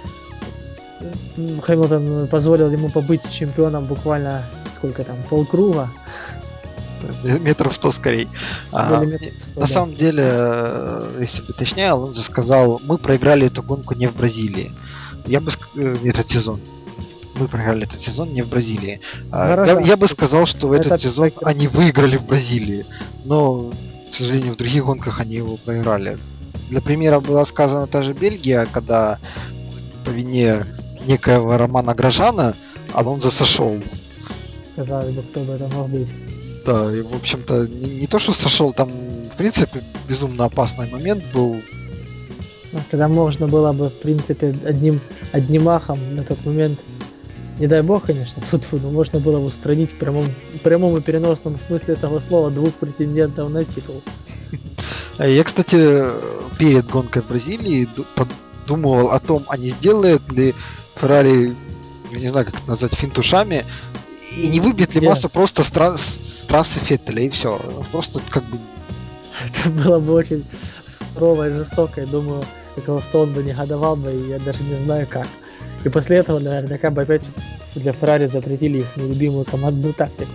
[SPEAKER 1] позволил ему побыть чемпионом буквально сколько там, полкруга.
[SPEAKER 2] Метров 100 скорее.
[SPEAKER 1] Или метров 100,
[SPEAKER 2] На
[SPEAKER 1] да.
[SPEAKER 2] самом деле, если бы точнее, Алонсо сказал, мы проиграли эту гонку не в Бразилии. Я бы этот сезон. Мы проиграли этот сезон не в Бразилии.
[SPEAKER 1] Горожан.
[SPEAKER 2] Я бы сказал, что
[SPEAKER 1] Это
[SPEAKER 2] этот сезон
[SPEAKER 1] так,
[SPEAKER 2] они выиграли в Бразилии. Но, к сожалению, в других гонках они его проиграли. Для примера была сказана та же Бельгия, когда по вине некоего Романа Грожана Алонсо сошел.
[SPEAKER 1] казалось бы, кто бы это мог быть.
[SPEAKER 2] Да, и в общем-то не то, что сошел, там в принципе безумно опасный момент был.
[SPEAKER 1] Когда можно было бы, в принципе, одним махом на тот момент, не дай бог, конечно, фу-фу, но можно было устранить в прямом и переносном смысле этого слова двух претендентов на титул.
[SPEAKER 2] Я, кстати, перед гонкой в Бразилии подумывал о том, а не сделает ли Феррари, я не знаю, как это назвать, финт ушами, и не выбьет ли
[SPEAKER 1] Сделать.
[SPEAKER 2] Масса просто с трассы Феттеля, и все. Просто как бы...
[SPEAKER 1] Это было бы очень сурово и жестоко. Я думаю, Эклстон бы негодовал бы, и я даже не знаю как. И после этого наверняка бы опять для Феррари запретили их нелюбимую командную тактику.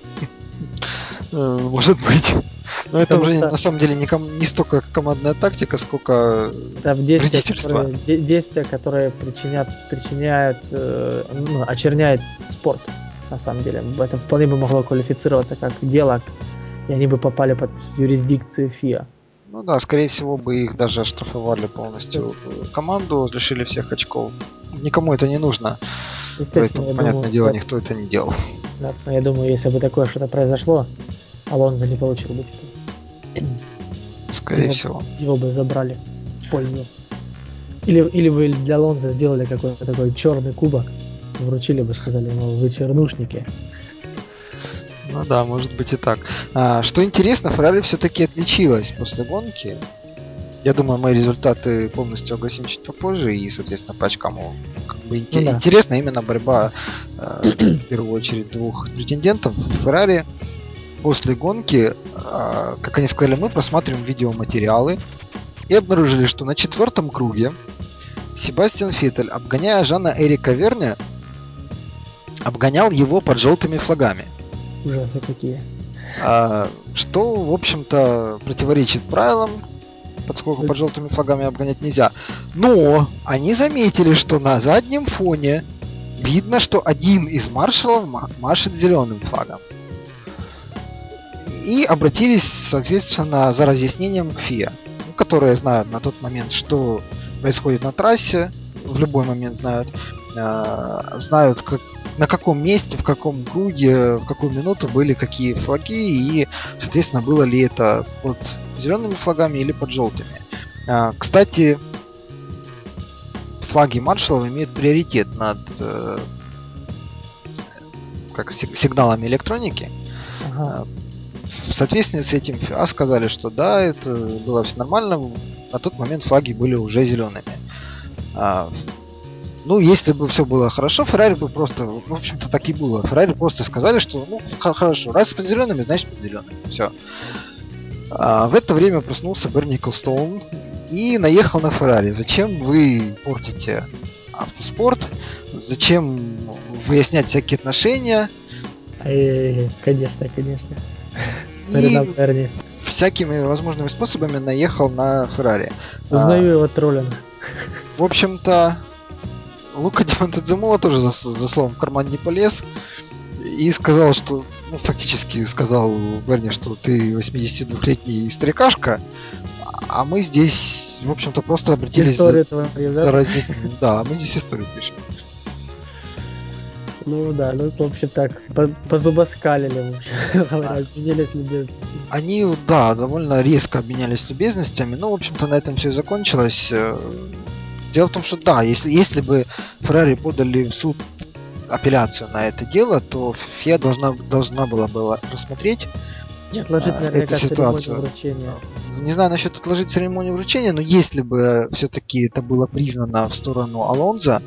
[SPEAKER 2] Может быть. Но это
[SPEAKER 1] Потому
[SPEAKER 2] уже
[SPEAKER 1] что
[SPEAKER 2] на самом деле не столько командная тактика, сколько
[SPEAKER 1] это действия,
[SPEAKER 2] вредительство.
[SPEAKER 1] которые причиняют, ну, очерняют спорт. На самом деле, это вполне бы могло квалифицироваться как дело, и они бы попали под юрисдикцию ФИА.
[SPEAKER 2] Ну да, скорее всего бы их даже оштрафовали полностью команду, лишили всех очков. Никому это не нужно,
[SPEAKER 1] Естественно,
[SPEAKER 2] поэтому,
[SPEAKER 1] я
[SPEAKER 2] понятное
[SPEAKER 1] думаю,
[SPEAKER 2] дело, никто это не делал.
[SPEAKER 1] да, я думаю, если бы такое что-то произошло, Алонзо не получил бы титул.
[SPEAKER 2] Скорее
[SPEAKER 1] Его,
[SPEAKER 2] всего.
[SPEAKER 1] его бы забрали. в пользу. Или бы для Алонсо сделали какой-то такой черный кубок, вручили бы, сказали ему, вы чернушники.
[SPEAKER 2] Ну да, может быть и так. Что интересно, Феррари все-таки отличилась после гонки. Я думаю, мои результаты полностью огласим чуть попозже, и, соответственно, по очкам как бы
[SPEAKER 1] Ну да.
[SPEAKER 2] интересна именно борьба в первую очередь двух претендентов. Феррари после гонки, как они сказали, мы просматриваем видеоматериалы и обнаружили, что на 4-м круге Себастьян Феттель, обгоняя Жана-Эрика Верня, обгонял его под желтыми флагами.
[SPEAKER 1] Ужасы какие.
[SPEAKER 2] Что, в общем-то, противоречит правилам, поскольку под желтыми флагами обгонять нельзя. Но они заметили, что на заднем фоне видно, что один из маршалов машет зеленым флагом. И обратились, соответственно, за разъяснением к ФИА, которые знают на тот момент, что происходит на трассе, в любой момент знают, знают, на каком месте, в каком круге, в какую минуту были какие флаги и, соответственно, было ли это под зелеными флагами или под желтыми. Кстати, флаги маршалов имеют приоритет над сигналами электроники.
[SPEAKER 1] Ага.
[SPEAKER 2] В соответствии с этим ФИА сказали, что да, это было все нормально. На тот момент флаги были уже зелеными. Ну, если бы все было хорошо, Феррари бы просто, в общем-то, так и было. Феррари просто сказали, что, ну, хорошо, раз под зелеными, значит под зелеными. Все. В это время проснулся Берни Эклстоун и наехал на Феррари. Зачем вы портите автоспорт? Зачем выяснять всякие отношения?
[SPEAKER 1] Конечно, конечно. Старина
[SPEAKER 2] И
[SPEAKER 1] Берни.
[SPEAKER 2] всякими возможными способами наехал на Феррари.
[SPEAKER 1] Узнаю его троллинг.
[SPEAKER 2] В общем-то, Лука Ди Монтеземола тоже за словом в карман не полез и сказал, что, ну, фактически сказал Берни, что ты 82-летний старикашка, а мы здесь, в общем-то, просто обратились
[SPEAKER 1] Историю твою,
[SPEAKER 2] за
[SPEAKER 1] да?
[SPEAKER 2] разъяснением. Да, мы здесь историю пишем.
[SPEAKER 1] Ну да, ну в общем так, позубоскалили, в общем говоря, обменялись любезностями.
[SPEAKER 2] Они, да, довольно резко обменялись любезностями, но, в общем-то, на этом все и закончилось. Дело в том, что да, если бы Феррари подали в суд апелляцию на это дело, то ФИА должна была рассмотреть
[SPEAKER 1] И отложить
[SPEAKER 2] эту
[SPEAKER 1] наверняка церемонию
[SPEAKER 2] ситуацию.
[SPEAKER 1] вручения.
[SPEAKER 2] Не знаю насчет отложить церемонию вручения, но если бы все-таки это было признано в сторону Алонзо,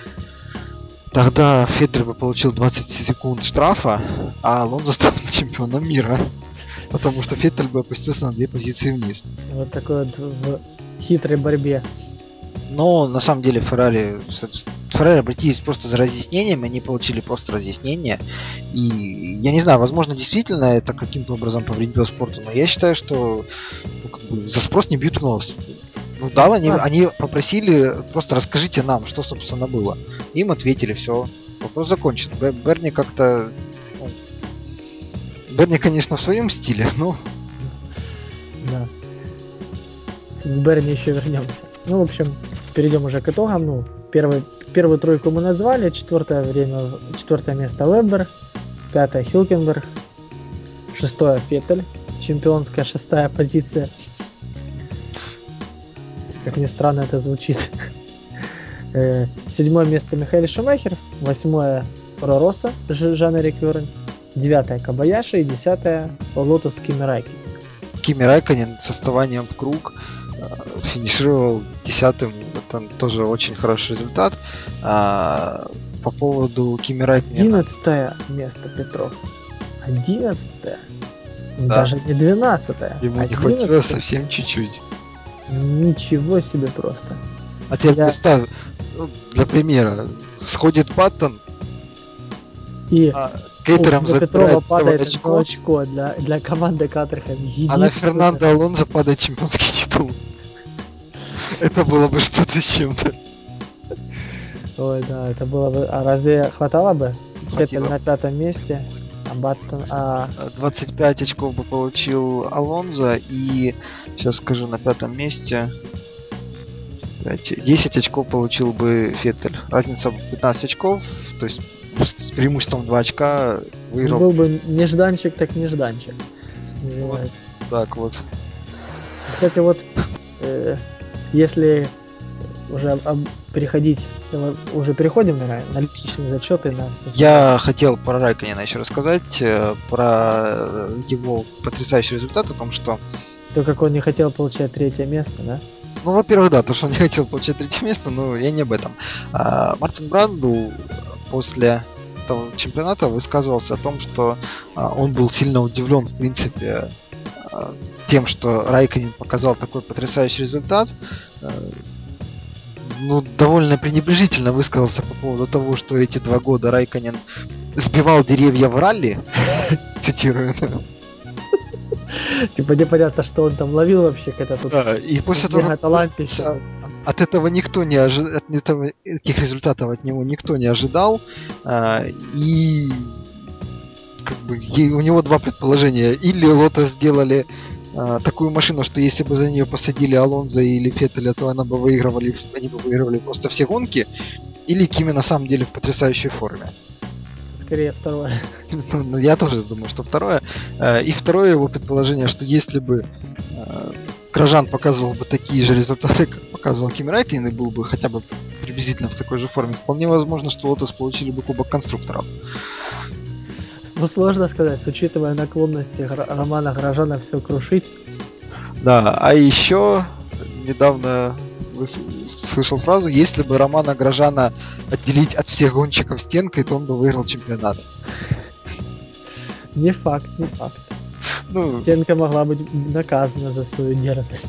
[SPEAKER 2] тогда Феттель бы получил 20 секунд штрафа, а Алонзо стал бы чемпионом мира. Потому что Феттель бы опустился на 2 позиции вниз.
[SPEAKER 1] Вот такой вот в хитрой борьбе.
[SPEAKER 2] Но на самом деле Феррари обратились просто за разъяснением, они получили просто разъяснение. И я не знаю, возможно, действительно это каким-то образом повредило спорту, но я считаю, что, ну, как бы, за спрос не бьют в нос. Ну да, они попросили, просто расскажите нам, что, собственно, было. Им ответили, все, вопрос закончен. Берни как-то... Ну, Берни, конечно, в своем стиле, но...
[SPEAKER 1] Да. К Берни еще вернемся. Ну, в общем, перейдем уже к итогам. Ну, первую тройку мы назвали, четвертое место Вебер, пятое Хилкенберг, шестое Феттель, чемпионская шестая позиция. Как ни странно это звучит. Седьмое место Михаэль Шумахер, восьмое Торо Росса Жан-Эрик Верн, девятое Кабаяши и десятое Лотус Кими Райкин.
[SPEAKER 2] Кими Райконен с отставанием в круг финишировал 10-м. Это тоже очень хороший результат. По поводу Кими Райконена.
[SPEAKER 1] 11 место, Петров. 11.
[SPEAKER 2] Да,
[SPEAKER 1] Даже не 12.
[SPEAKER 2] ему не хватило
[SPEAKER 1] 11.
[SPEAKER 2] совсем чуть-чуть.
[SPEAKER 1] Ничего себе просто.
[SPEAKER 2] А теперь
[SPEAKER 1] Я
[SPEAKER 2] представь, ну, для примера, сходит Баттон,
[SPEAKER 1] и
[SPEAKER 2] а
[SPEAKER 1] у
[SPEAKER 2] Кейтером
[SPEAKER 1] Петрова
[SPEAKER 2] забирает первое
[SPEAKER 1] падает одно
[SPEAKER 2] очко,
[SPEAKER 1] очко для команды Катерхэм.
[SPEAKER 2] а на
[SPEAKER 1] Единственное.
[SPEAKER 2] Фернандо Алонсо падает чемпионский титул. Это было бы что-то с чем-то.
[SPEAKER 1] Ой, да, это было бы. А разве хватало бы? Феттель
[SPEAKER 2] Хватило.
[SPEAKER 1] на пятом месте, а Баттон.
[SPEAKER 2] 25 очков бы получил Алонзо и, сейчас скажу, на пятом месте 10 очков получил бы Феттель. Разница 15 очков, то есть с преимуществом 2 очка
[SPEAKER 1] Ну,
[SPEAKER 2] выиграл.
[SPEAKER 1] был бы нежданчик, так нежданчик, что
[SPEAKER 2] Вот
[SPEAKER 1] называется.
[SPEAKER 2] так вот.
[SPEAKER 1] Кстати, вот э, Если уже переходить, уже переходим, наверное, на личные зачеты, на все остальное.
[SPEAKER 2] Я хотел про Райконена еще рассказать, про его потрясающий результат, о том, что
[SPEAKER 1] То, как он не хотел получать третье место, да?
[SPEAKER 2] ну, во-первых, да, то, что он не хотел получать третье место, но я не об этом. Мартин Брандл после этого чемпионата высказывался о том, что он был сильно удивлен, в принципе, тем, что Райконен показал такой потрясающий результат. Ну, довольно пренебрежительно высказался по поводу того, что эти 2 года Райконен сбивал деревья в ралли, цитирую.
[SPEAKER 1] Типа непонятно, что он там ловил вообще, когда тут
[SPEAKER 2] Да, и после того, как
[SPEAKER 1] мега-талантище.
[SPEAKER 2] от этого никто не ожидал, этих результатов от него никто не ожидал, и как бы у него два предположения: или Лотос сделали такую машину, что если бы за нее посадили Алонзо или Феттеля, то они бы выигрывали просто все гонки, или Кими на самом деле в потрясающей форме.
[SPEAKER 1] Скорее второе.
[SPEAKER 2] Ну, я тоже думаю, что второе. И второе его предположение, что если бы Грожан показывал бы такие же результаты, как показывал Кими Рэйкконен, и был бы хотя бы приблизительно в такой же форме, вполне возможно, что Лотос получили бы Кубок конструкторов.
[SPEAKER 1] Ну, сложно сказать, учитывая наклонности Романа Грожана все крушить.
[SPEAKER 2] Да, а еще недавно слышал фразу: если бы Романа Грожана отделить от всех гонщиков стенкой, то он бы выиграл чемпионат.
[SPEAKER 1] Не факт, не факт.
[SPEAKER 2] Ну,
[SPEAKER 1] Стенка могла быть наказана за свою дерзость.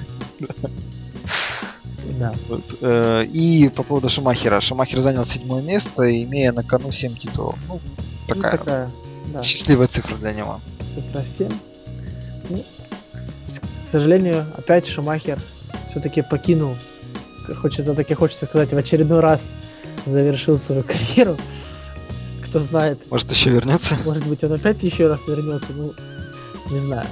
[SPEAKER 1] Да.
[SPEAKER 2] вот. И по поводу Шумахера. Шумахер занял 7 место, имея на кону 7 титулов. Ну,
[SPEAKER 1] Ну,
[SPEAKER 2] такая
[SPEAKER 1] такая, да,
[SPEAKER 2] счастливая цифра для него.
[SPEAKER 1] цифра 7. Ну, к сожалению, опять Шумахер все-таки покинул, хочется сказать, в очередной раз завершил свою карьеру. Кто знает,
[SPEAKER 2] Может, еще вернется?
[SPEAKER 1] может быть, он опять еще раз вернется, ну, не знаю.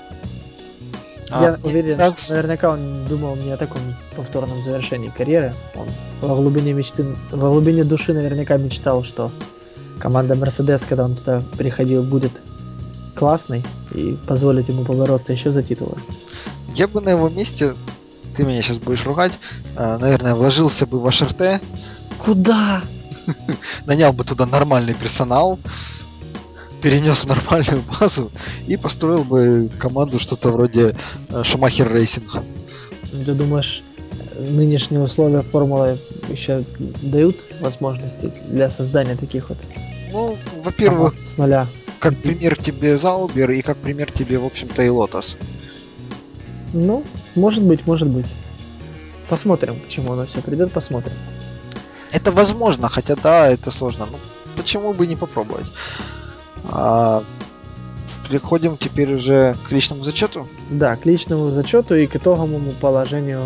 [SPEAKER 1] Я
[SPEAKER 2] Мне
[SPEAKER 1] уверен, что
[SPEAKER 2] кажется,
[SPEAKER 1] наверняка он думал не о таком повторном завершении карьеры. Он во глубине мечты, во глубине души наверняка мечтал, что команда Mercedes, когда он туда приходил, будет классной и позволит ему побороться еще за титулы.
[SPEAKER 2] я бы на его месте, ты меня сейчас будешь ругать, наверное, вложился бы в HRT,
[SPEAKER 1] Куда?
[SPEAKER 2] нанял бы туда нормальный персонал, перенес в нормальную базу и построил бы команду что-то вроде Шумахер Рейсинг.
[SPEAKER 1] Ты думаешь, нынешние условия формулы еще дают возможности для создания таких вот
[SPEAKER 2] Ну,
[SPEAKER 1] команд
[SPEAKER 2] во-первых,
[SPEAKER 1] с нуля?
[SPEAKER 2] как пример тебе Заубер и как пример тебе, в общем-то, и Лотос.
[SPEAKER 1] Ну, может быть, может быть. Посмотрим, к чему оно все придет, посмотрим.
[SPEAKER 2] Это возможно, хотя да, это сложно. Ну, почему бы не попробовать? А, Переходим теперь уже к личному зачету.
[SPEAKER 1] Да, к личному зачету и к итоговому положению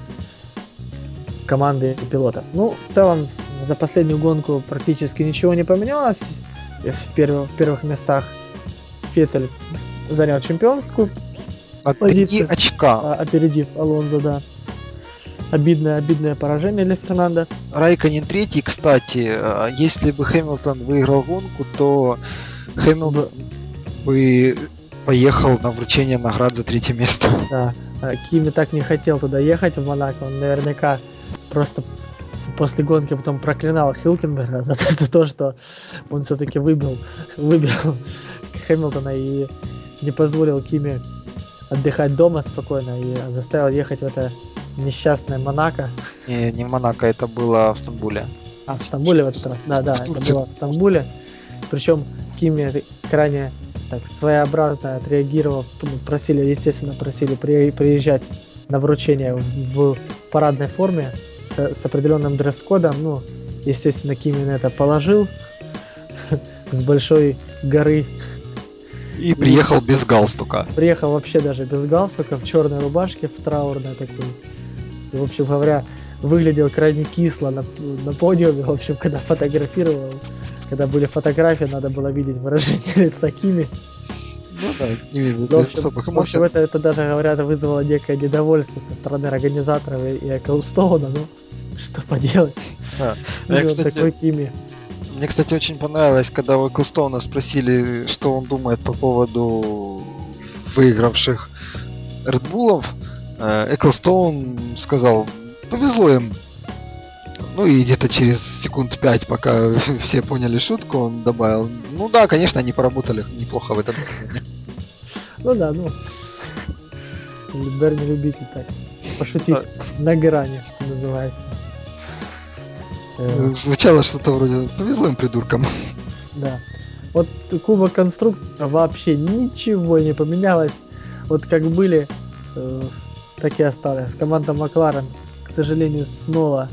[SPEAKER 1] команды пилотов. Ну, в целом, за последнюю гонку практически ничего не поменялось. В первых местах Феттель занял чемпионскую
[SPEAKER 2] На 3
[SPEAKER 1] позицию,
[SPEAKER 2] очка.
[SPEAKER 1] опередив Алонзо, да. Обидное поражение для Фернандо.
[SPEAKER 2] Райконен третий, кстати. Если бы Хэмилтон выиграл гонку, то
[SPEAKER 1] В-
[SPEAKER 2] Хэмилтон бы поехал на вручение наград за третье место.
[SPEAKER 1] Да, Кими так не хотел туда ехать, в Монако. Он наверняка просто после гонки потом проклинал Хилкенберга за то, что он все-таки выбил Хэмилтона и не позволил Кими отдыхать дома спокойно и заставил ехать в это несчастное Монако.
[SPEAKER 2] Не в Монако, это было в Стамбуле.
[SPEAKER 1] А, в Стамбуле в этот раз. Да,
[SPEAKER 2] В
[SPEAKER 1] это
[SPEAKER 2] Турции.
[SPEAKER 1] было в Стамбуле. Причем Кими крайне так своеобразно отреагировал. Ну, просили приезжать на вручение в парадной форме с определенным дресс-кодом. Ну, естественно, Кими на это положил с большой горы.
[SPEAKER 2] И
[SPEAKER 1] И
[SPEAKER 2] приехал без галстука.
[SPEAKER 1] приехал вообще даже без галстука, в черной рубашке, в траурной такой. И, в общем говоря, выглядел крайне кисло на подиуме. В общем, когда фотографировал, когда были фотографии, надо было видеть выражение лица Кими.
[SPEAKER 2] Ну да, и
[SPEAKER 1] Ну,
[SPEAKER 2] без особых
[SPEAKER 1] в общем
[SPEAKER 2] эмоций.
[SPEAKER 1] это даже, говорят, вызвало некое недовольство со стороны организаторов и Эклстоуна. Ну, что поделать.
[SPEAKER 2] Да.
[SPEAKER 1] Кими он такой Кими.
[SPEAKER 2] Мне, кстати, очень понравилось, когда у Эклстоуна спросили, что он думает по поводу выигравших Редбулов. Эклстоун сказал, повезло им. Ну и где-то через секунд 5, пока все поняли шутку, он добавил, ну да, конечно, они поработали неплохо в этом сезоне.
[SPEAKER 1] Ну да, ну, Берни любитель так
[SPEAKER 2] Да,
[SPEAKER 1] пошутить на грани, что называется.
[SPEAKER 2] звучало что-то вроде повезло им придуркам.
[SPEAKER 1] Да. Вот Кубок Конструктора вообще ничего не поменялось. Вот как были, э, так и осталось. Команда Макларен, к сожалению, снова...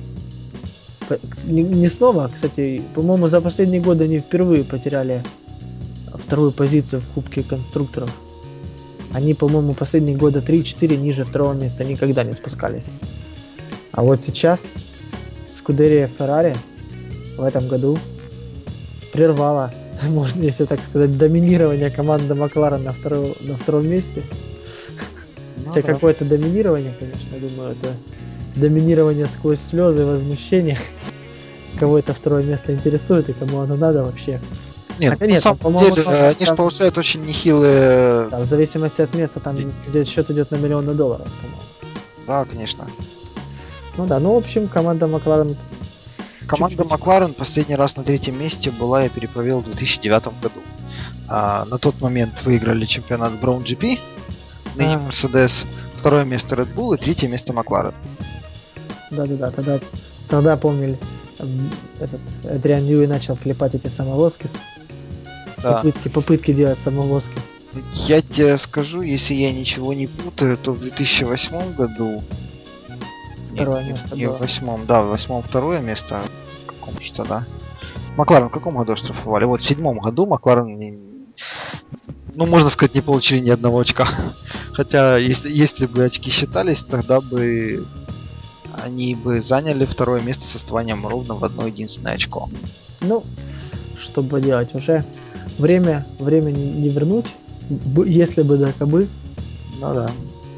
[SPEAKER 1] Не снова, кстати, по-моему, за последние годы они впервые потеряли вторую позицию в Кубке Конструкторов. Они, по-моему, последние года 3-4 ниже второго места никогда не спускались. А вот сейчас Скудерия Феррари в этом году прервала, можно, если так сказать, доминирование команды Макларен на втором месте.
[SPEAKER 2] Ну
[SPEAKER 1] Хотя
[SPEAKER 2] да.
[SPEAKER 1] какое-то доминирование, конечно, я думаю, это доминирование сквозь слезы, возмущение. Кого это второе место интересует и кому оно надо вообще.
[SPEAKER 2] Нет,
[SPEAKER 1] Хотя
[SPEAKER 2] на
[SPEAKER 1] нет, там,
[SPEAKER 2] самом
[SPEAKER 1] по-моему,
[SPEAKER 2] деле, они же
[SPEAKER 1] там,
[SPEAKER 2] получают очень нехилые
[SPEAKER 1] в зависимости от места, там
[SPEAKER 2] деньги.
[SPEAKER 1] счет идет на миллионы долларов, по-моему.
[SPEAKER 2] Да, конечно.
[SPEAKER 1] Ну да, ну, в общем, команда Макларен
[SPEAKER 2] Команда
[SPEAKER 1] чуть-чуть.
[SPEAKER 2] Макларен последний раз на третьем месте была, я перепроверил, в 2009 году. На тот момент выиграли чемпионат Brown GP, ныне
[SPEAKER 1] А,
[SPEAKER 2] Mercedes, второе место Red Bull и третье место Макларен.
[SPEAKER 1] да-да-да, тогда помнили, этот Эдриан Ньюи начал клепать эти самовозки,
[SPEAKER 2] Да.
[SPEAKER 1] попытки делать самовозки.
[SPEAKER 2] Я тебе скажу, если я ничего не путаю, то в 2008 году, не,
[SPEAKER 1] Второе
[SPEAKER 2] не,
[SPEAKER 1] место
[SPEAKER 2] не в
[SPEAKER 1] было.
[SPEAKER 2] восьмом, да, в восьмом второе место, а в каком же тогда? Макларен в каком году штрафовали? Вот в седьмом году Макларен, ну, можно сказать, не получили ни одного очка. Хотя, если бы очки считались, тогда бы они бы заняли второе место с отставанием ровно в одно единственное очко.
[SPEAKER 1] Ну, что поделать, уже время не вернуть, если бы да кабы.
[SPEAKER 2] Ну да.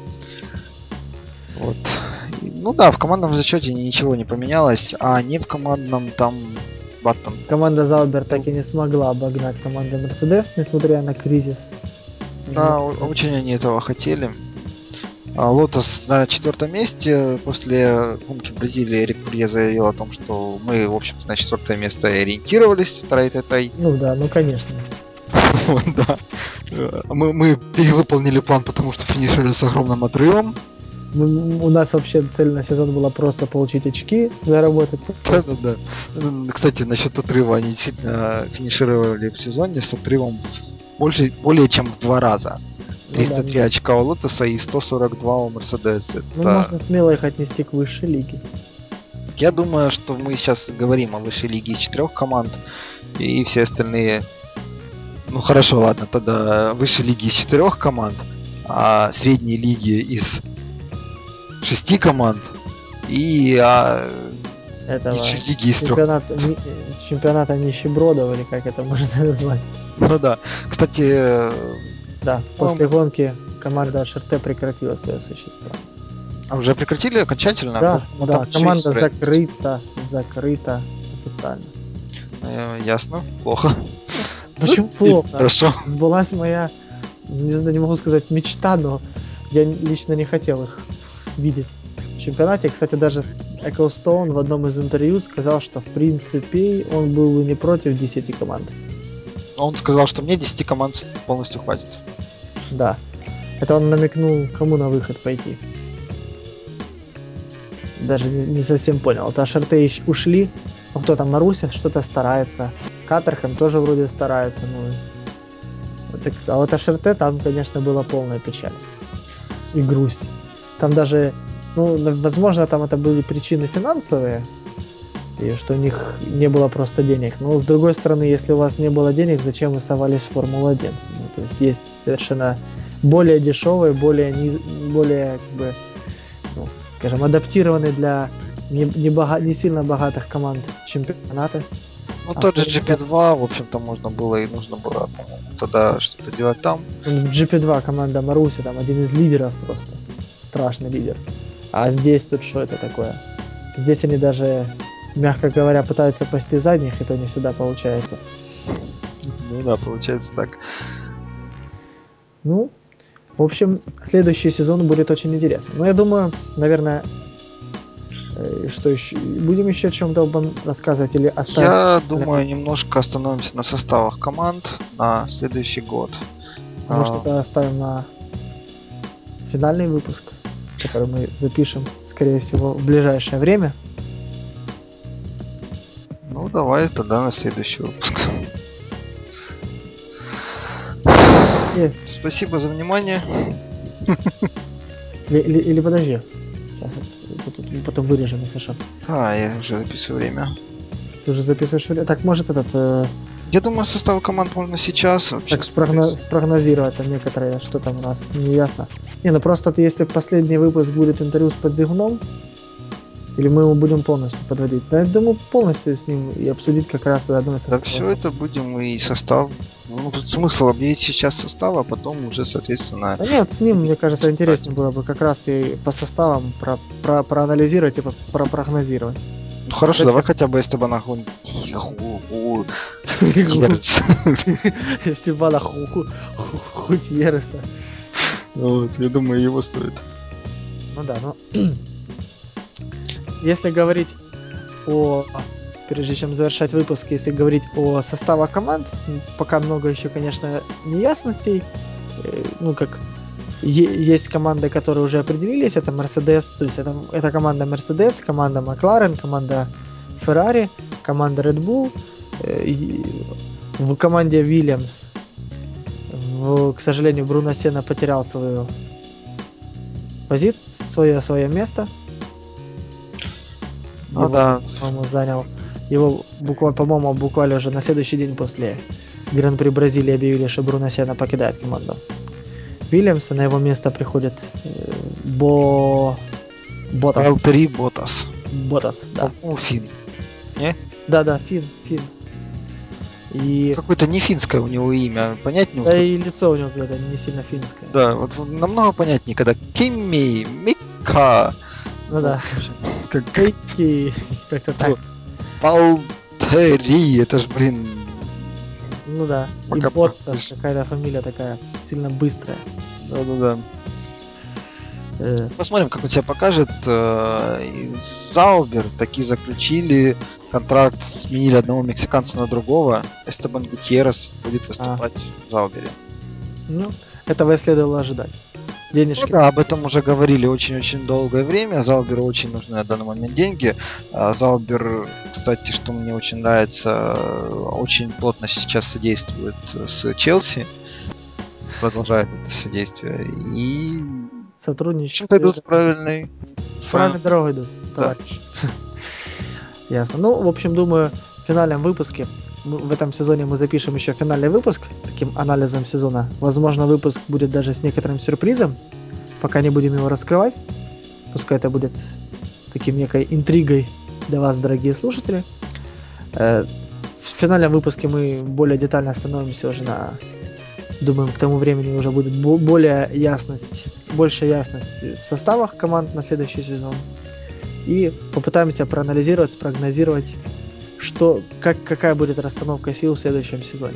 [SPEAKER 2] Вот. Ну да, в командном зачете ничего не поменялось, а не в командном там Баттон
[SPEAKER 1] Команда Заубер
[SPEAKER 2] был.
[SPEAKER 1] так и не смогла обогнать команду Мерседес, несмотря на кризис в
[SPEAKER 2] Да,
[SPEAKER 1] Мерседес.
[SPEAKER 2] очень они этого хотели. Лотос на четвертом месте. После гонки в Бразилии Эрик Пурье заявил о том, что мы, в общем-то, на четвертое место и ориентировались. Трай-тай-тай.
[SPEAKER 1] Ну да, ну конечно.
[SPEAKER 2] Вот, да. Мы перевыполнили план, потому что финишировали с огромным отрывом.
[SPEAKER 1] У нас вообще цель на сезон была просто получить очки, заработать просто.
[SPEAKER 2] Да-да-да. Кстати, насчет отрыва, они действительно финишировали в сезоне с отрывом более чем в 2 раза.
[SPEAKER 1] Ну да,
[SPEAKER 2] 303 очка у Лотоса и 142 у Мерседес.
[SPEAKER 1] ну
[SPEAKER 2] Это...
[SPEAKER 1] можно смело их отнести к высшей лиге.
[SPEAKER 2] Я думаю, что мы сейчас говорим о высшей лиге из 4 команд, и все остальные... Ну хорошо, ладно, тогда высшей лиги из 4 команд, а средней лиги из 6 команд, и низшей
[SPEAKER 1] Этого
[SPEAKER 2] лиги из 3 команд.
[SPEAKER 1] чемпионата нищебродов, или как это можно назвать.
[SPEAKER 2] Ну да. Кстати,
[SPEAKER 1] Да, после
[SPEAKER 2] по-моему,
[SPEAKER 1] гонки команда ШРТ прекратила свое существование.
[SPEAKER 2] уже прекратили окончательно?
[SPEAKER 1] Да,
[SPEAKER 2] Ну там
[SPEAKER 1] да,
[SPEAKER 2] же есть
[SPEAKER 1] команда
[SPEAKER 2] вероятность.
[SPEAKER 1] закрыта официально.
[SPEAKER 2] Ясно, плохо. Ну,
[SPEAKER 1] Почему
[SPEAKER 2] и
[SPEAKER 1] плохо?
[SPEAKER 2] хорошо.
[SPEAKER 1] Сбылась моя, не знаю, не могу сказать мечта, но я лично не хотел их видеть в чемпионате. Кстати, даже Эклстоун в одном из интервью сказал, что в принципе он был бы не против 10 команд.
[SPEAKER 2] Он сказал, что мне 10 команд полностью хватит.
[SPEAKER 1] Да, это он намекнул, кому на выход пойти. Даже не совсем понял. Вот АШРТ ушли, ну кто там, Маруся что-то старается, Катерхэм тоже вроде старается, ну, а вот АШРТ там, конечно, была полная печаль и грусть. Там даже, ну, возможно, там это были причины финансовые, и что у них не было просто денег. Но, с другой стороны, если у вас не было денег, зачем вы совались в Формулу-1? Ну, то есть совершенно более дешевые, более как бы, ну, скажем, адаптированные для не сильно богатых команд чемпионаты.
[SPEAKER 2] Ну,
[SPEAKER 1] А
[SPEAKER 2] тот же
[SPEAKER 1] Формула
[SPEAKER 2] GP2, в общем-то, можно было и нужно было, по-моему, тогда что-то делать там.
[SPEAKER 1] в GP2 команда Маруси, там один из лидеров просто. Страшный лидер. А здесь тут что это такое? Здесь они даже, мягко говоря, пытаются пасти задних, и то не всегда получается.
[SPEAKER 2] Ну да, получается так.
[SPEAKER 1] Ну, В общем, следующий сезон будет очень интересный. Но я думаю, наверное, что еще? Будем еще о чем-то рассказывать или оставим?
[SPEAKER 2] Я думаю, немножко остановимся на составах команд на следующий год.
[SPEAKER 1] А может, это оставим на финальный выпуск, который мы запишем, скорее всего, в ближайшее время.
[SPEAKER 2] Ну, давай тогда на следующий выпуск. Спасибо за внимание.
[SPEAKER 1] Или подожди. Сейчас потом вырежем, если что.
[SPEAKER 2] Да, я уже записываю время.
[SPEAKER 1] Ты уже записываешь время? Так, может,
[SPEAKER 2] Я думаю, составы команд можно сейчас вообще.
[SPEAKER 1] так спрогнозировать некоторые, что там у нас не ясно. Не, ну просто если последний выпуск будет интервью с Подзигуном, или мы его будем полностью подводить? Да, я думаю, полностью с ним и обсудить как раз одно из
[SPEAKER 2] Да,
[SPEAKER 1] составов.
[SPEAKER 2] все это будем и состав. Ну, тут смысл объявить сейчас состав, а потом уже, соответственно.
[SPEAKER 1] Да нет, с ним, мне кажется, интереснее было бы как раз и по составам проанализировать и прогнозировать.
[SPEAKER 2] Ну хорошо, давай
[SPEAKER 1] Зачем?
[SPEAKER 2] хотя бы если бы нахуй Гутеррес.
[SPEAKER 1] Степана Хутьереса.
[SPEAKER 2] Вот, я думаю, его стоит.
[SPEAKER 1] Ну да, но если говорить прежде чем завершать выпуск, если говорить о составах команд, пока много еще, конечно, неясностей. Ну, как есть команды, которые уже определились, это Mercedes, то есть это команда Mercedes, команда McLaren, команда Ferrari, команда Red Bull, в команде Williams, к сожалению, Бруно Сена потерял свою позицию, свое место.
[SPEAKER 2] Ну
[SPEAKER 1] Его,
[SPEAKER 2] да.
[SPEAKER 1] по-моему, занял. Его, по-моему, буквально уже на следующий день после Гран-при Бразилии объявили, что Бруно Сена покидает команду Вильямса. На его место приходит Ботас.
[SPEAKER 2] Валтери Ботас.
[SPEAKER 1] Ботас, да.
[SPEAKER 2] По-моему, фин. Не?
[SPEAKER 1] Да, Фин. И,
[SPEAKER 2] Какое-то не финское у него имя. Понятнее?
[SPEAKER 1] да
[SPEAKER 2] Вот,
[SPEAKER 1] и лицо у него какое-то не сильно финское.
[SPEAKER 2] да, вот намного понятнее, когда Кимми, Мика.
[SPEAKER 1] Ну
[SPEAKER 2] Ну,
[SPEAKER 1] да.
[SPEAKER 2] в общем, как
[SPEAKER 1] Эйки, как-то так.
[SPEAKER 2] Валтери. Это ж, блин,
[SPEAKER 1] Ну да. И
[SPEAKER 2] пока
[SPEAKER 1] Ботас,
[SPEAKER 2] проходишь.
[SPEAKER 1] какая-то фамилия такая, сильно быстрая.
[SPEAKER 2] Да-да-да.
[SPEAKER 1] Э,
[SPEAKER 2] Посмотрим, как он себя покажет. Заубер таки заключили контракт, сменили одного мексиканца на другого. Эстебан Гутьеррес будет
[SPEAKER 1] а,
[SPEAKER 2] выступать в Заубере.
[SPEAKER 1] ну, этого и следовало ожидать.
[SPEAKER 2] Ну
[SPEAKER 1] Денежки.
[SPEAKER 2] да, об этом уже говорили очень-очень долгое время. Зауберу очень нужны на данный момент деньги. Заубер, кстати, что мне очень нравится, очень плотно сейчас содействует с Челси. Продолжает это содействие. И в общем-то
[SPEAKER 1] Сотрудничество
[SPEAKER 2] идут
[SPEAKER 1] идет.
[SPEAKER 2] в правильной...
[SPEAKER 1] Правильной дорогой идут,
[SPEAKER 2] Да.
[SPEAKER 1] товарищ. Ясно. Ну, в общем, думаю, в финальном выпуске в этом сезоне мы запишем еще финальный выпуск таким анализом сезона. Возможно, выпуск будет даже с некоторым сюрпризом. Пока не будем его раскрывать. Пускай это будет таким некой интригой для вас, дорогие слушатели. В финальном выпуске мы более детально остановимся уже на... Думаем, к тому времени уже будет больше ясности в составах команд на следующий сезон. И попытаемся проанализировать, спрогнозировать, какая будет расстановка сил в следующем сезоне.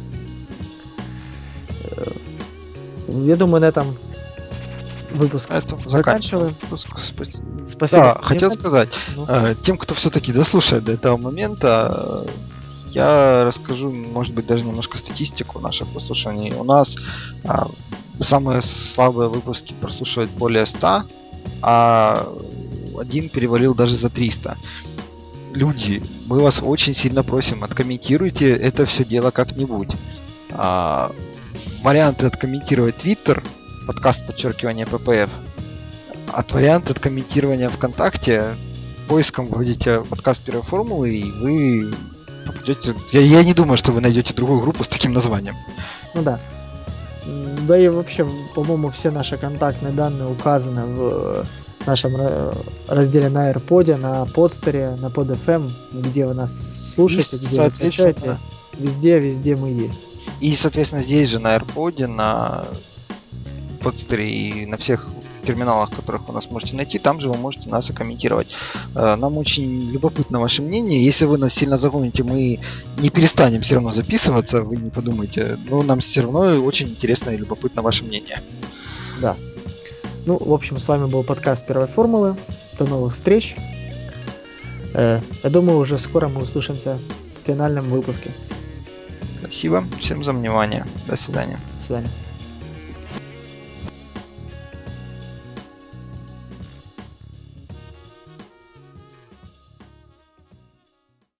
[SPEAKER 1] Я думаю, на этом выпуск
[SPEAKER 2] Поэтому заканчиваем
[SPEAKER 1] заканчиваем.
[SPEAKER 2] выпуск.
[SPEAKER 1] Спасибо
[SPEAKER 2] Да,
[SPEAKER 1] за
[SPEAKER 2] хотел
[SPEAKER 1] внимание.
[SPEAKER 2] сказать,
[SPEAKER 1] Ну,
[SPEAKER 2] тем, кто все-таки дослушает до этого момента, я расскажу, может быть, даже немножко статистику наших прослушиваний. У нас самые слабые выпуски прослушивают более 100, а один перевалил даже за 300. Люди, мы вас очень сильно просим, откомментируйте это все дело как-нибудь. А, Варианты откомментировать Twitter, подкаст подчеркивание ППФ, от варианта откомментирования ВКонтакте, поиском вводите подкаст первой формулы, и вы попадете... Я не думаю, что вы найдете другую группу с таким названием.
[SPEAKER 1] ну да. Да и вообще, по-моему, все наши контактные данные указаны в нашем разделе на AirPod, на подстере, на PodFM, где вы нас
[SPEAKER 2] И,
[SPEAKER 1] слушаете, где вы качаете.
[SPEAKER 2] соответственно,
[SPEAKER 1] Везде мы есть.
[SPEAKER 2] здесь же на AirPod, на подстере и на всех терминалах, которых вы нас можете найти, там же вы можете нас и комментировать. Нам очень любопытно ваше мнение. Если вы нас сильно загоните, мы не перестанем все равно записываться, вы не подумайте. Но нам все равно очень интересно и любопытно ваше мнение.
[SPEAKER 1] Да. Ну, в общем, с вами был подкаст «Первой формулы». До новых встреч. Я думаю, уже скоро мы услышимся в финальном выпуске.
[SPEAKER 2] Спасибо всем за внимание. До свидания.
[SPEAKER 1] До свидания.